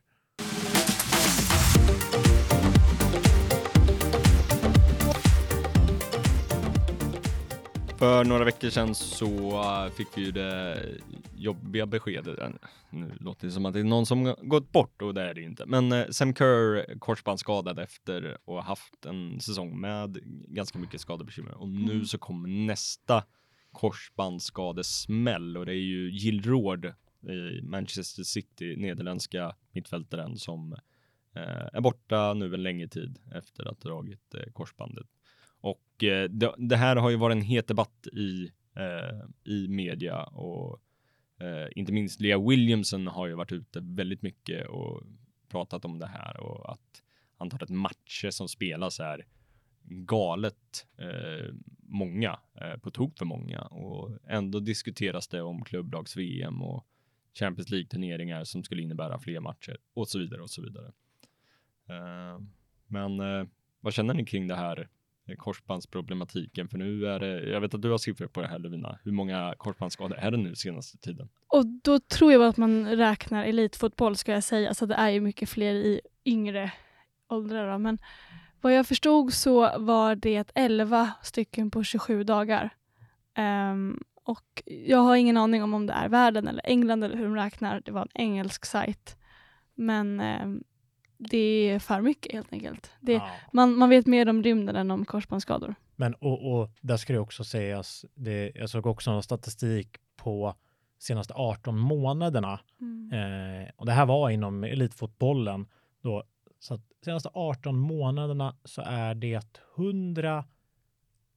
[SPEAKER 1] För några veckor sedan så uh, fick vi ju det jobbiga beskedet. Uh, Nu låter det som att det är någon som gått bort och det är det inte. Men uh, Sam Kerr korsbandsskadad efter att ha haft en säsong med ganska mycket skadebekymmer. Och nu
[SPEAKER 3] Mm.
[SPEAKER 1] så kommer nästa korsbandsskadesmäll och det är ju Jill Roord i Manchester City, nederländska mittfältaren som uh, är borta nu en längre tid efter att ha dragit uh, korsbandet. Och eh, det, det här har ju varit en het debatt i, eh, i media och eh, inte minst Leah Williamson har ju varit ute väldigt mycket och pratat om det här och att antalet matcher som spelas är galet eh, många, eh, på tok för många, och ändå diskuteras det om klubblags-V M och Champions League-turneringar som skulle innebära fler matcher och så vidare och så vidare. Eh, men eh, vad känner ni kring det här korsbandsproblematiken? För nu är det, jag vet att du har siffror på det här, Lovina. Hur många korsbandsskador är det nu senaste tiden?
[SPEAKER 3] Och då tror jag att man räknar elitfotboll ska jag säga. Så det är ju mycket fler i yngre åldrar. Då. Men vad jag förstod så var det elva stycken på tjugosju dagar. Um, och jag har ingen aning om om det är världen eller England eller hur de räknar. Det var en engelsk sajt. Men um, det är för mycket helt enkelt. Det,
[SPEAKER 2] Ja.
[SPEAKER 3] man, man vet mer om rymden än om korsbandsskador.
[SPEAKER 2] Men och, och där ska det också sägas, det, jag såg också någon statistik på senaste arton månaderna.
[SPEAKER 3] Mm.
[SPEAKER 2] Eh, och det här var inom elitfotbollen. Då, så att senaste arton månaderna så är det hundra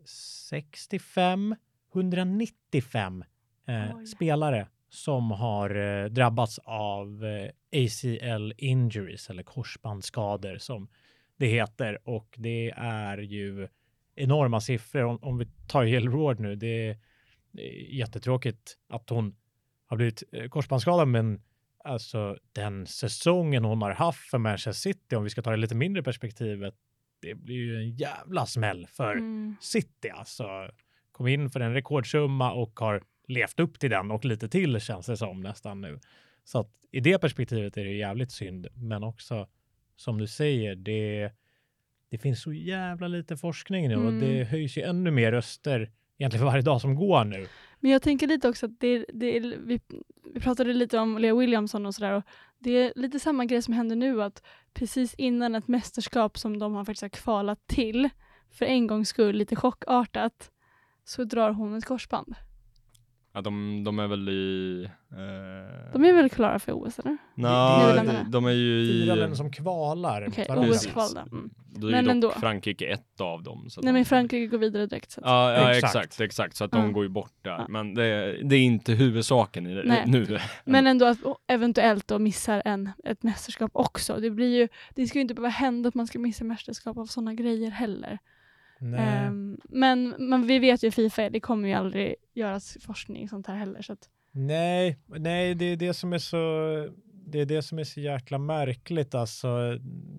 [SPEAKER 2] sextiofem etthundranittiofem eh,
[SPEAKER 3] Oj.
[SPEAKER 2] spelare som har eh, drabbats av eh, A C L injuries eller korsbandsskador som det heter. Och det är ju enorma siffror. Om, om vi tar Jill Ward nu, det är, det är jättetråkigt att hon har blivit eh, korsbandsskadad, men alltså den säsongen hon har haft för Manchester City, om vi ska ta det lite mindre perspektivet, det blir ju en jävla smäll för
[SPEAKER 3] Mm.
[SPEAKER 2] City. Alltså kom in för en rekordsumma och har levt upp till den och lite till, känns det som nästan nu. Så att i det perspektivet är det jävligt synd, men också som du säger, det, det finns så jävla lite forskning nu
[SPEAKER 3] Mm.
[SPEAKER 2] och det höjs ju ännu mer röster egentligen för varje dag som går nu.
[SPEAKER 3] Men jag tänker lite också att det, det är, vi, vi pratade lite om Lea Williamson och sådär, och det är lite samma grej som händer nu, att precis innan ett mästerskap som de har faktiskt har kvalat till, för en gångs skull lite chockartat, så drar hon ett korsband.
[SPEAKER 1] Ja, de, de är väl i... Eh...
[SPEAKER 3] De är väl klara för O S, eller?
[SPEAKER 1] Nå,
[SPEAKER 3] Nederländerna.
[SPEAKER 1] de, de är ju i...
[SPEAKER 2] Fyra länder som kvalar.
[SPEAKER 3] Okej,
[SPEAKER 2] varandra.
[SPEAKER 3] O S-kval då. Mm.
[SPEAKER 1] Då är
[SPEAKER 3] Men
[SPEAKER 1] ju dock
[SPEAKER 3] ändå.
[SPEAKER 1] Frankrike ett av dem. Så att
[SPEAKER 3] Nej,
[SPEAKER 1] de...
[SPEAKER 3] men Frankrike går vidare direkt. Så att...
[SPEAKER 1] Ja, ja
[SPEAKER 2] Exakt.
[SPEAKER 1] exakt. exakt. Så att de
[SPEAKER 3] Ja.
[SPEAKER 1] går ju bort där.
[SPEAKER 3] Ja.
[SPEAKER 1] Men det, det är inte huvudsaken i det,
[SPEAKER 3] Nej.
[SPEAKER 1] nu.
[SPEAKER 3] Men ändå att eventuellt då missar en, ett mästerskap också. Det blir ju, det ska ju inte behöva hända att man ska missa mästerskap av sådana grejer heller.
[SPEAKER 2] Nej.
[SPEAKER 3] Um, men, men vi vet ju FIFA, det kommer ju aldrig göras forskning sånt här heller. Så att,
[SPEAKER 2] Nej, nej, det är det som är så det är det som är så jäkla märkligt. Alltså,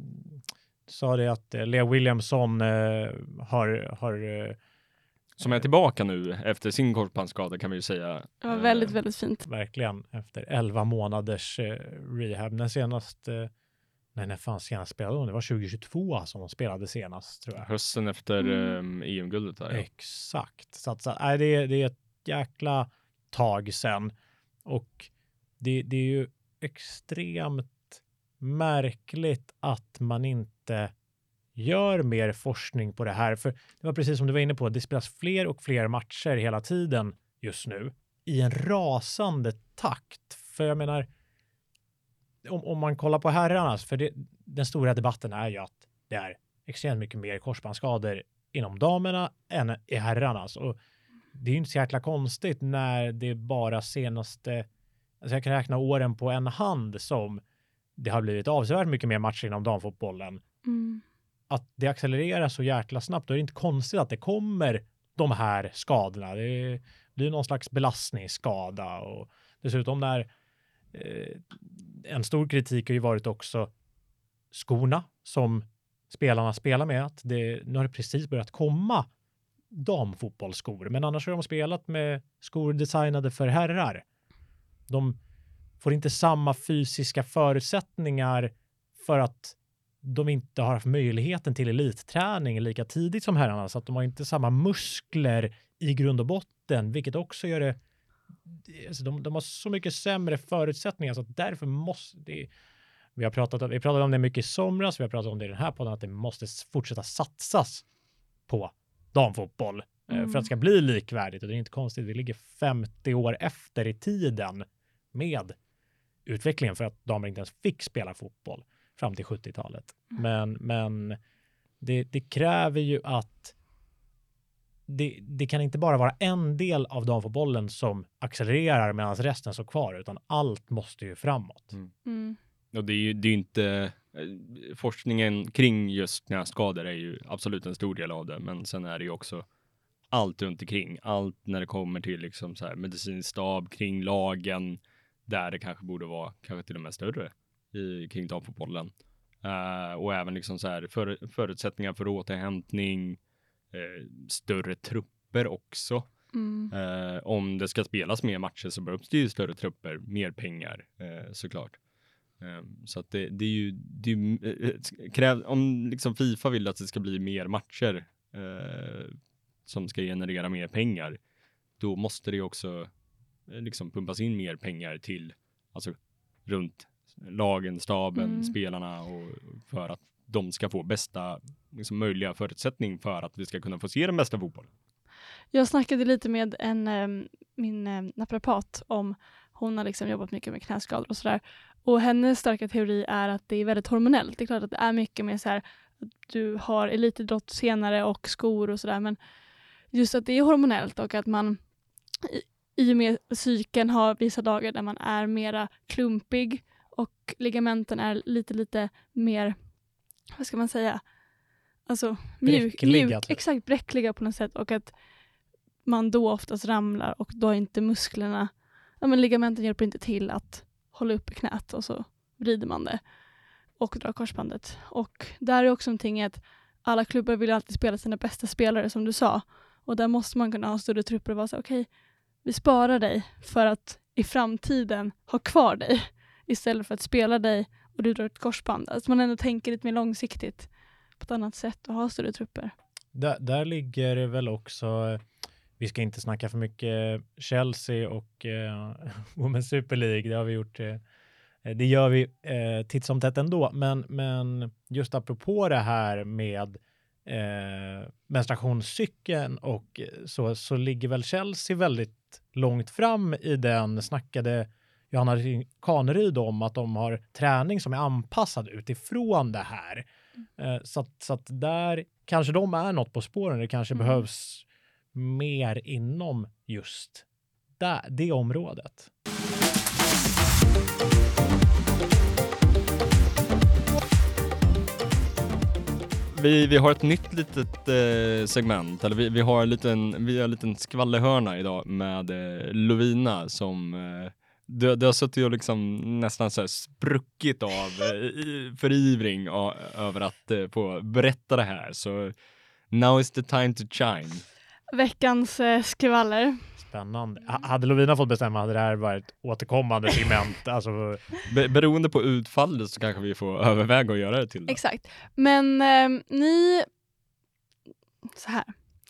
[SPEAKER 2] sa det att eh, Lea Williamson eh, har, har eh,
[SPEAKER 1] Som är tillbaka nu efter sin korsbandsskada, kan vi ju säga.
[SPEAKER 3] det var
[SPEAKER 1] Eh,
[SPEAKER 3] väldigt, väldigt fint.
[SPEAKER 2] verkligen efter elva månaders eh, rehab. När senast, eh, nej, när fan senast spelade hon? Det var tjugohundratjugotvå som hon spelade senast, tror jag.
[SPEAKER 1] Hösten efter
[SPEAKER 3] Mm.
[SPEAKER 1] eh, E M-guldet där. Ja.
[SPEAKER 2] Exakt. Så, att, så nej, det, är, det är ett jäkla tag sedan. Och det, det är ju extremt märkligt att man inte gör mer forskning på det här. För det var precis som du var inne på, det spelas fler och fler matcher hela tiden just nu i en rasande takt. För jag menar, om, om man kollar på herrarnas, för det, den stora debatten är ju att det är extremt mycket mer korsbandsskador inom damerna än i herrarnas. Och det är ju inte så jäkla konstigt när det bara senaste, alltså jag kan räkna åren på en hand som det har blivit avsevärt mycket mer matcher inom damfotbollen.
[SPEAKER 3] Mm.
[SPEAKER 2] Att det accelererar så jäkla snabbt, då är det inte konstigt att det kommer de här skadorna. Det blir någon slags belastningsskada och dessutom när eh, en stor kritik har ju varit också skorna som spelarna spelar med, att det, nu har det precis börjat komma damfotbollsskor, men annars har de spelat med skor designade för herrar. De får inte samma fysiska förutsättningar för att de inte har haft möjligheten till elitträning lika tidigt som herrarna, så att de har inte samma muskler i grund och botten, vilket också gör det, alltså de, de har så mycket sämre förutsättningar, så att därför måste det, vi har pratat om, vi pratade om det mycket i somras, vi har pratat om det i den här podden, att det måste fortsätta satsas på damfotboll eh,
[SPEAKER 3] Mm.
[SPEAKER 2] för att det ska bli likvärdigt, och det är inte konstigt, vi ligger femtio år efter i tiden med utvecklingen, för att damer inte ens fick spela fotboll fram till sjuttiotalet.
[SPEAKER 3] Mm.
[SPEAKER 2] Men, men det, det kräver ju att det, det kan inte bara vara en del av damfotbollen som accelererar medan resten står kvar, utan allt måste ju framåt.
[SPEAKER 1] Mm.
[SPEAKER 3] Mm.
[SPEAKER 1] Och det är ju det är ju inte... eh, Forskningen kring just knäskador är ju absolut en stor del av det. Men sen är det ju också allt runt omkring. Allt när det kommer till liksom så här medicinstab kring lagen. Där det kanske borde vara kanske till och med större i, kring damfotbollen. Uh, och även liksom så här för, förutsättningar för återhämtning. Uh, större trupper också.
[SPEAKER 3] Mm.
[SPEAKER 1] Uh, om det ska spelas mer matcher så behövs det ju större trupper. Mer pengar uh, såklart. Um, så att det, det är ju, det är ju uh, kräv, om liksom FIFA vill att det ska bli mer matcher uh, som ska generera mer pengar, då måste det också uh, liksom pumpas in mer pengar till, alltså runt lagen, staben,
[SPEAKER 3] Mm.
[SPEAKER 1] spelarna, och för att de ska få bästa liksom, möjliga förutsättning för att vi ska kunna få se den bästa fotbollen.
[SPEAKER 3] Jag snackade lite med en, eh, min eh, naprapat om, hon har liksom jobbat mycket med knäskador och sådär. Och hennes starka teori är att det är väldigt hormonellt. Det är klart att det är mycket mer så här att du har elitidrott senare och skor och sådär. Men just att det är hormonellt och att man i, i och med cykeln har vissa dagar där man är mera klumpig och ligamenten är lite lite mer, vad ska man säga, alltså mjuk,
[SPEAKER 2] Bräckliga,
[SPEAKER 3] mjuk
[SPEAKER 2] typ.
[SPEAKER 3] exakt bräckliga på något sätt, och att man då oftast ramlar och då är inte musklerna, ja men ligamenten hjälper inte till att hålla uppe knät och så vrider man det och drar korsbandet. Och där är också någonting att alla klubbar vill alltid spela sina bästa spelare som du sa, och där måste man kunna ha större trupper och vara så okej, okay, vi sparar dig för att i framtiden ha kvar dig istället för att spela dig och du drar ett korsband. Alltså man ändå tänker lite mer långsiktigt på ett annat sätt och ha större trupper.
[SPEAKER 2] Där, där ligger väl också, vi ska inte snacka för mycket Chelsea och eh, Women's Super League, det har vi gjort, eh, det gör vi eh, titt som tätt ändå, men, men just apropå det här med eh, menstruationscykeln och så, så ligger väl Chelsea väldigt långt fram i den, snackade Johanna Kaneryd om att de har träning som är anpassad utifrån det här. Eh, så, att, så att där kanske de är något på spåren, det kanske
[SPEAKER 3] Mm.
[SPEAKER 2] behövs mer inom just där, det området.
[SPEAKER 1] Vi, vi har ett nytt litet eh, segment, eller vi, vi har en liten, vi har en liten skvallerhörna idag med eh, Lovina som eh, det, det har suttit och liksom nästan så här spruckit av eh, förivring av, över att eh, få berätta det här. Så now is the time to shine.
[SPEAKER 3] Veckans eh, skvaller.
[SPEAKER 2] Spännande. H- hade Lovina fått bestämma hade det här varit återkommande segment. Alltså,
[SPEAKER 1] Be- beroende på utfallet så kanske vi får överväga att göra det till det.
[SPEAKER 3] Exakt. Men eh, ni... Så här.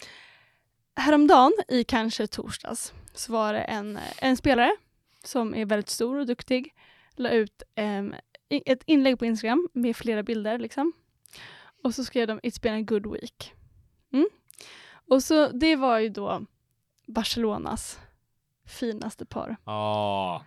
[SPEAKER 3] Häromdagen, i kanske torsdags, så var det en, en spelare som är väldigt stor och duktig. La ut eh, ett inlägg på Instagram med flera bilder. Liksom. Och så skrev de It's been a good week. Mm. Och så det var ju då Barcelonas finaste par.
[SPEAKER 1] Ja,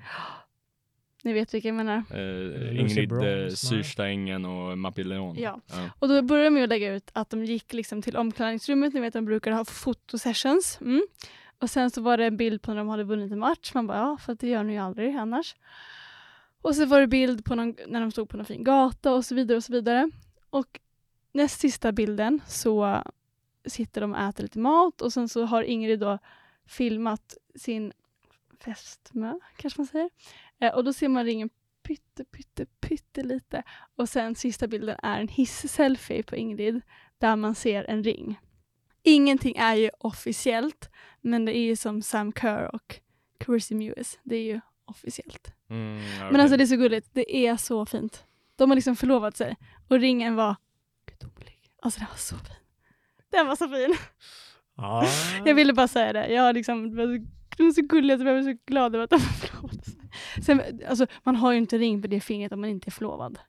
[SPEAKER 3] Ni vet vilka jag menar.
[SPEAKER 1] eh,
[SPEAKER 2] Lucy
[SPEAKER 1] Ingrid
[SPEAKER 2] Bronze,
[SPEAKER 1] eh,
[SPEAKER 2] nej.
[SPEAKER 1] Syrstängen och Mapilleon.
[SPEAKER 3] Ja.
[SPEAKER 1] Ja.
[SPEAKER 3] Och då började de med att lägga ut att de gick liksom till omklädningsrummet. Ni vet, de brukar ha fotosessions. Mm. Och sen så var det en bild på när de hade vunnit en match. Man bara, ja, för att det gör ni ju aldrig annars. Och så var det bild på någon, när de stod på någon fin gata och så vidare och så vidare. Och näst sista bilden så sitter de och äter lite mat. Och sen så har Ingrid då filmat sin fästmö, kanske man säger. Eh, och då ser man ringen pytte, pytte, pytte lite. Och sen sista bilden är en hiss-selfie på Ingrid där man ser en ring. Ingenting är ju officiellt, men det är ju som Sam Kerr och Carissa Mewes. Det är ju officiellt.
[SPEAKER 1] Mm, ja,
[SPEAKER 3] Men alltså
[SPEAKER 1] okej.
[SPEAKER 3] det är så gulligt. Det är så fint. De har liksom förlovat sig. Och ringen var gudomlig. Alltså den var så fin. Den var så fin.
[SPEAKER 2] ja.
[SPEAKER 3] Jag ville bara säga det. Jag har liksom, det var så, de var så gulliga, så jag var så glad över att de var förlovade sig. Sen, alltså, man har ju inte ring på det fingret om man inte är förlovad.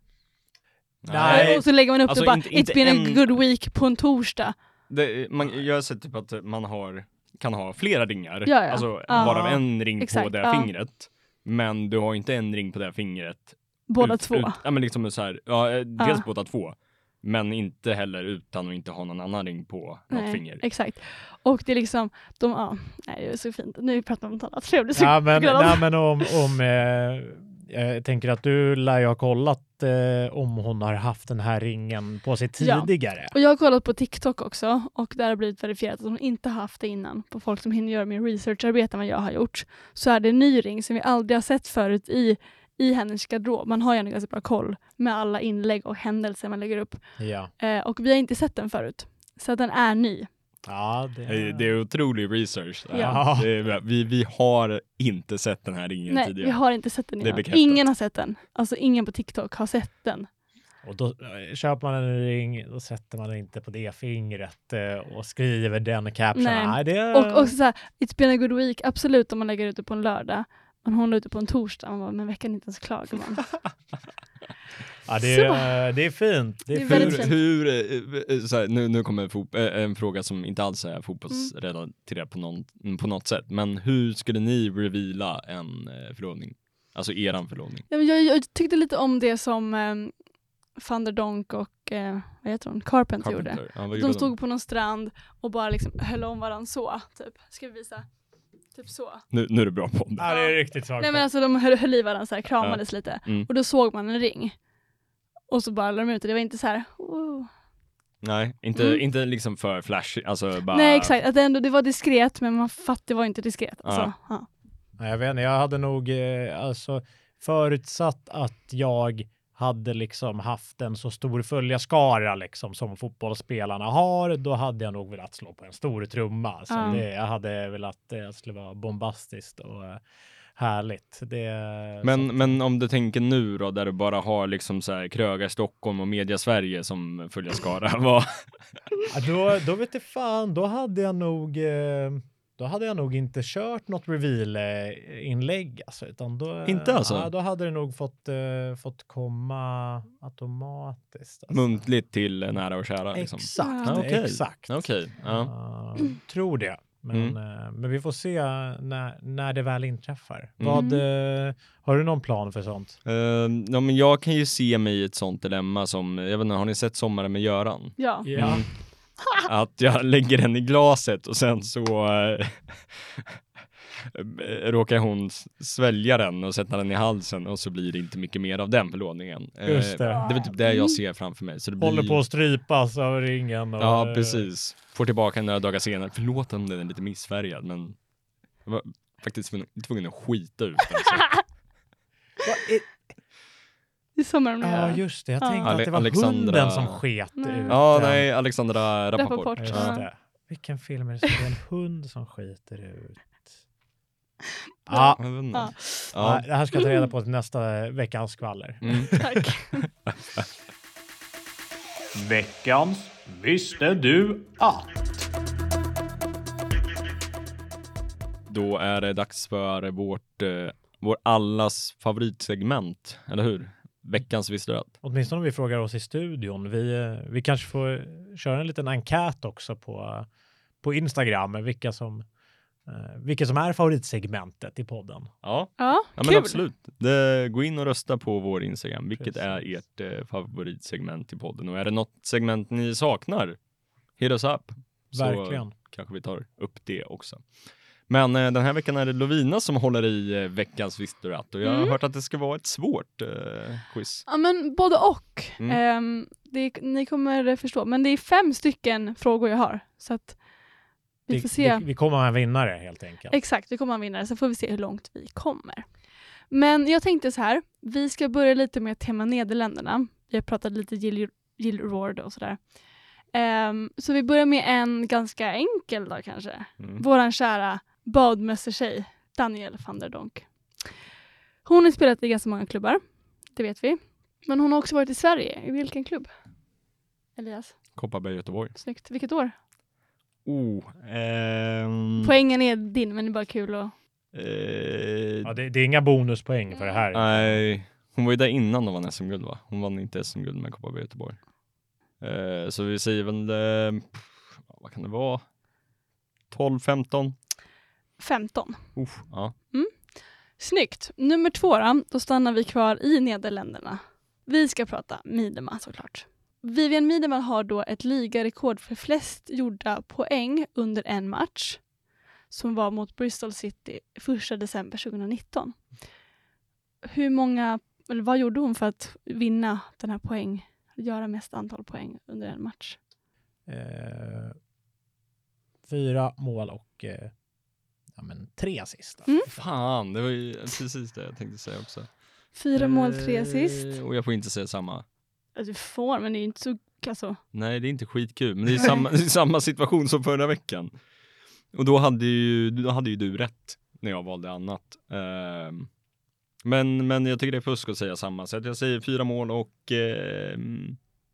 [SPEAKER 2] Nej.
[SPEAKER 3] Och så lägger man upp
[SPEAKER 1] Alltså,
[SPEAKER 3] det bara,
[SPEAKER 1] inte- inte
[SPEAKER 3] it's been
[SPEAKER 1] en-
[SPEAKER 3] a good week på en torsdag.
[SPEAKER 1] Det, man, jag har sett typ att man har, kan ha flera ringar,
[SPEAKER 3] Ja, ja.
[SPEAKER 1] alltså
[SPEAKER 3] Ja.
[SPEAKER 1] varav en ring på
[SPEAKER 3] Exakt,
[SPEAKER 1] det
[SPEAKER 3] ja.
[SPEAKER 1] fingret, men du har inte en ring på det fingret.
[SPEAKER 3] Båda
[SPEAKER 1] ut,
[SPEAKER 3] två.
[SPEAKER 1] Ut, ja men liksom så här, ja, eh, dels
[SPEAKER 3] Ja.
[SPEAKER 1] båda två, men inte heller utan att inte ha någon annan ring på något
[SPEAKER 3] Nej,
[SPEAKER 1] finger.
[SPEAKER 3] exakt. Och det är liksom, de, ja, nej, det är så fint. Nu pratar vi om något annat, för jag blir så
[SPEAKER 2] Ja, men,
[SPEAKER 3] glad.
[SPEAKER 2] nej, men om, om eh, jag tänker att du lär ju ha kollat eh, om hon har haft den här ringen på sig
[SPEAKER 3] Ja.
[SPEAKER 2] tidigare.
[SPEAKER 3] Och jag har kollat på TikTok också, och där har blivit verifierat att hon inte har haft det innan. På folk som hinner göra mer researcharbete än vad jag har gjort. Så är det en ny ring som vi aldrig har sett förut i, i hennes garderob. Man har ju ändå ganska bra koll med alla inlägg och händelser man lägger upp.
[SPEAKER 2] Ja,
[SPEAKER 3] Eh, och vi har inte sett den förut. Så att den är ny.
[SPEAKER 2] ja det,
[SPEAKER 1] Det, det är otrolig research.
[SPEAKER 2] Ja.
[SPEAKER 1] Det är, vi, vi har inte sett den här ringen
[SPEAKER 3] Nej,
[SPEAKER 1] tidigare.
[SPEAKER 3] vi har inte sett den
[SPEAKER 1] Det är
[SPEAKER 3] innan.
[SPEAKER 1] bekräftat.
[SPEAKER 3] Ingen har sett den. Alltså ingen på TikTok har sett den.
[SPEAKER 2] Och då eh, köper man en ring, då sätter man den inte på det fingret eh, och skriver den captionen.
[SPEAKER 3] Nej.
[SPEAKER 2] Nej, det,
[SPEAKER 3] Och också så här, it's been a good week. Absolut om man lägger ut det på en lördag. Men hon la ut det på en torsdag. Man bara, men veckan är inte ens klar. Man.
[SPEAKER 2] ja, det,
[SPEAKER 3] Så.
[SPEAKER 2] är, det är fint. Det är,
[SPEAKER 3] Det är
[SPEAKER 2] fint.
[SPEAKER 3] väldigt
[SPEAKER 1] Hur,
[SPEAKER 3] fint.
[SPEAKER 1] hur, eh, så här, nu, nu kommer fot, eh, en fråga som inte alls är fotbollsrelaterad på, någon, på något sätt. Men hur skulle ni reveala en eh, förlovning? Alltså eran förlovning.
[SPEAKER 3] Ja, men jag, jag tyckte lite om det som, eh, van der Donk och eh, vad heter hon? Carpenter,
[SPEAKER 1] Carpenter.
[SPEAKER 3] gjorde.
[SPEAKER 1] Ja, vad gjorde
[SPEAKER 3] De
[SPEAKER 1] de?
[SPEAKER 3] stod på någon strand och bara liksom höll om varandra så, typ. Ska vi visa? Typ så.
[SPEAKER 1] Nu, nu är det bra podd.
[SPEAKER 2] Ja, det är riktigt svagt.
[SPEAKER 3] Nej men alltså de höll, höll i varandra så här, kramades lite.
[SPEAKER 1] Mm.
[SPEAKER 3] Och då såg man en ring. Och så bara lade de ut det. Det var inte så här. Oh.
[SPEAKER 1] Nej, inte,
[SPEAKER 3] Mm.
[SPEAKER 1] inte liksom för flash. Alltså bara...
[SPEAKER 3] Nej exakt, att det, ändå, det var diskret men man fattade det var inte diskret. Alltså,
[SPEAKER 1] Ja.
[SPEAKER 3] ja.
[SPEAKER 2] Nej, jag vet inte, jag hade nog eh, alltså förutsatt att jag hade liksom haft en så stor följarskara liksom som fotbollsspelarna har, då hade jag nog velat slå på en stor trumma. Så
[SPEAKER 3] Ja.
[SPEAKER 2] det, jag hade velat att det skulle vara bombastiskt och eh, härligt. Det,
[SPEAKER 1] Men,
[SPEAKER 2] så,
[SPEAKER 1] men om du tänker nu då, där du bara har liksom så här Krögar Stockholm och Media Sverige som följer skara, vad?
[SPEAKER 2] ja, då, då vet jag fan, då hade jag nog eh, då hade jag nog inte kört något reveal-inlägg. Alltså, utan då,
[SPEAKER 1] Inte alltså?
[SPEAKER 2] Ja, då hade det nog fått, eh, fått komma automatiskt. Alltså.
[SPEAKER 1] Muntligt till nära och kära liksom.
[SPEAKER 2] Exakt,
[SPEAKER 3] Ja.
[SPEAKER 1] Okej.
[SPEAKER 2] exakt.
[SPEAKER 1] Okej, ja.
[SPEAKER 2] Uh, tror det. Men,
[SPEAKER 1] Mm.
[SPEAKER 2] eh, men vi får se när, när det väl inträffar.
[SPEAKER 1] Mm.
[SPEAKER 2] Vad, eh, har du någon plan för sånt?
[SPEAKER 1] Eh, ja, men jag kan ju se mig i ett sånt dilemma som, jag vet inte, har ni sett Sommaren med Göran?
[SPEAKER 3] Ja.
[SPEAKER 2] Ja.
[SPEAKER 1] Mm. Att jag lägger den i glaset och sen så äh, råkar hon s- svälja den och sätta den i halsen och så blir det inte mycket mer av den förlådningen. Eh,
[SPEAKER 2] Just det.
[SPEAKER 1] det är väl typ det jag ser framför mig. Så det blir...
[SPEAKER 2] Håller på att strypas av ringen. Och,
[SPEAKER 1] Ja, precis. Får tillbaka några dagar senare. Förlåt om den är lite missfärgad, men jag var faktiskt tvungen- tvungen att skita ut den. Så.
[SPEAKER 3] Det är sommaren med
[SPEAKER 2] Ja,
[SPEAKER 3] Göran.
[SPEAKER 2] just det. Jag
[SPEAKER 3] Ja.
[SPEAKER 2] tänkte att det var
[SPEAKER 1] Alexandra-
[SPEAKER 2] hunden som sket
[SPEAKER 3] Nej.
[SPEAKER 2] ut.
[SPEAKER 1] Ja,
[SPEAKER 2] den.
[SPEAKER 1] nej, Alexandra Rappaport.
[SPEAKER 3] Rappaport.
[SPEAKER 2] Just
[SPEAKER 3] Ja.
[SPEAKER 2] det. Vilken film är det som det är en hund som skiter ut? Ja,
[SPEAKER 1] Jag vet inte.
[SPEAKER 3] Ja.
[SPEAKER 2] ja.
[SPEAKER 1] Ja.
[SPEAKER 2] Det här ska jag ta reda på till nästa veckans skvaller.
[SPEAKER 1] Mm.
[SPEAKER 3] Tack.
[SPEAKER 2] Veckans visste du att?
[SPEAKER 1] Då är det dags för vårt, eh, vår allas favoritsegment, eller hur? Veckans visste du att?
[SPEAKER 2] Åtminstone om vi frågar oss i studion. Vi, eh, vi kanske får köra en liten enkät också på, på Instagram. Vilka som, eh, vilka som är favoritsegmentet i podden.
[SPEAKER 1] Ja,
[SPEAKER 3] Ja,
[SPEAKER 1] ja men
[SPEAKER 3] kul.
[SPEAKER 1] absolut. Det, gå in och rösta på vår Instagram. Vilket
[SPEAKER 2] Precis.
[SPEAKER 1] är ert eh, favoritsegment i podden? Och är det något segment ni saknar? Hit us up. Så
[SPEAKER 2] Verkligen.
[SPEAKER 1] kanske vi tar upp det också. Men eh, den här veckan är det Lovina som håller i eh, veckans visste du att. Och jag har
[SPEAKER 3] Mm.
[SPEAKER 1] hört att det ska vara ett svårt eh, quiz.
[SPEAKER 3] Ja men både och.
[SPEAKER 1] Mm.
[SPEAKER 3] Ehm, det, ni kommer förstå. Men det är fem stycken frågor jag har. Så att vi
[SPEAKER 2] Vi,
[SPEAKER 3] får se.
[SPEAKER 2] vi, vi kommer ha en vinnare helt enkelt.
[SPEAKER 3] Exakt, vi kommer ha en vinnare. Så får vi se hur långt vi kommer. Men jag tänkte så här. Vi ska börja lite med tema Nederländerna. Vi har pratat lite Jill, Jill Roord och sådär. Ehm, så vi börjar med en ganska enkel då kanske.
[SPEAKER 1] Mm.
[SPEAKER 3] Våran kära badmössetjej Danielle van der Donk. Hon har spelat i ganska många klubbar. Det vet vi. Men hon har också varit i Sverige. I vilken klubb? Elias,
[SPEAKER 1] Kopparberg, Göteborg.
[SPEAKER 3] snyggt. Vilket år?
[SPEAKER 1] Oh, ehm,
[SPEAKER 3] Poängen är din, men det är bara kul att...
[SPEAKER 1] eh,
[SPEAKER 2] Ja, det, det är inga bonuspoäng för det här.
[SPEAKER 1] Nej, hon var ju där innan de vann S M-guld va? Hon vann inte S M-guld med Kopparberg Göteborg. Eh, så vi säger väl, eh, pff, vad kan det vara? tolv femton?
[SPEAKER 3] femton.
[SPEAKER 1] Uff, ja.
[SPEAKER 3] Snyggt. Nummer två då, då stannar vi kvar i Nederländerna. Vi ska prata Miedema såklart. Vivian Miedema har då ett ligarekord för flest gjorda poäng under en match som var mot Bristol City första december tjugonitton. Hur många, eller vad gjorde hon för att vinna den här poäng, göra mest antal poäng under en match?
[SPEAKER 2] Eh, fyra mål och eh, ja, men tre assist.
[SPEAKER 3] Mm.
[SPEAKER 1] Fan, det var ju precis det jag tänkte säga också.
[SPEAKER 3] Fyra mål, tre
[SPEAKER 1] Eh,
[SPEAKER 3] assist.
[SPEAKER 1] Och jag får inte säga samma.
[SPEAKER 3] Du får, men det är ju inte så... Alltså,
[SPEAKER 1] Nej, det är inte skitkul, men det är samma, det är samma situation som förra veckan. Och då hade ju, då hade ju du rätt när jag valde annat. Ehm, men, men jag tycker det är fusk att säga samma. Så att jag säger fyra mål och... ehm,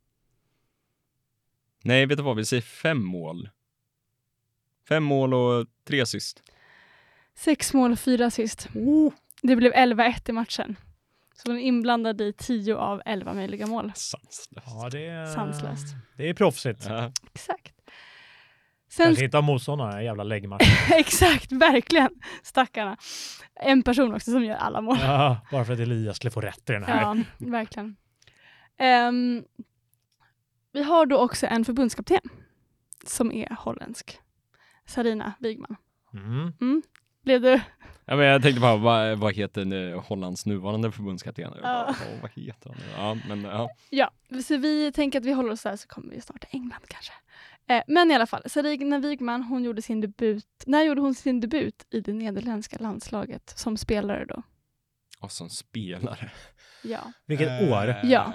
[SPEAKER 1] nej, vet du vad? Vi säger fem mål. Fem mål och tre assist.
[SPEAKER 3] sex mål och fyra assist. Det blev elva ett i matchen. Så hon är inblandad i tio av elva möjliga mål.
[SPEAKER 1] Sanslöst.
[SPEAKER 2] Ja, det är,
[SPEAKER 3] Sanslöst.
[SPEAKER 2] det är proffsigt.
[SPEAKER 1] Ja.
[SPEAKER 3] Exakt. Sen,
[SPEAKER 2] Kanske inte av motståndarna, jävla läggmatch.
[SPEAKER 3] exakt, verkligen. Stackarna. En person också som gör alla mål.
[SPEAKER 2] Ja, bara för att Elias skulle få rätt i den här.
[SPEAKER 3] Ja, verkligen. Um, vi har då också en förbundskapten som är holländsk. Sarina Wigman.
[SPEAKER 2] Mm.
[SPEAKER 3] Mm. Blev du?
[SPEAKER 1] Ja, men jag tänkte bara, vad, vad heter nu Hollands nuvarande förbundskapten? Jag bara,
[SPEAKER 3] Ja.
[SPEAKER 1] "Åh, vad heter han? Ja, men ja.
[SPEAKER 3] Ja, så vi tänker att vi håller oss där så kommer vi snart till England kanske. Eh, men i alla fall, Sarina Wigman, hon gjorde sin debut. När gjorde hon sin debut i det nederländska landslaget som spelare då?
[SPEAKER 1] Och som spelare.
[SPEAKER 3] Ja.
[SPEAKER 2] Vilket
[SPEAKER 1] Eh,
[SPEAKER 2] år?
[SPEAKER 3] Ja.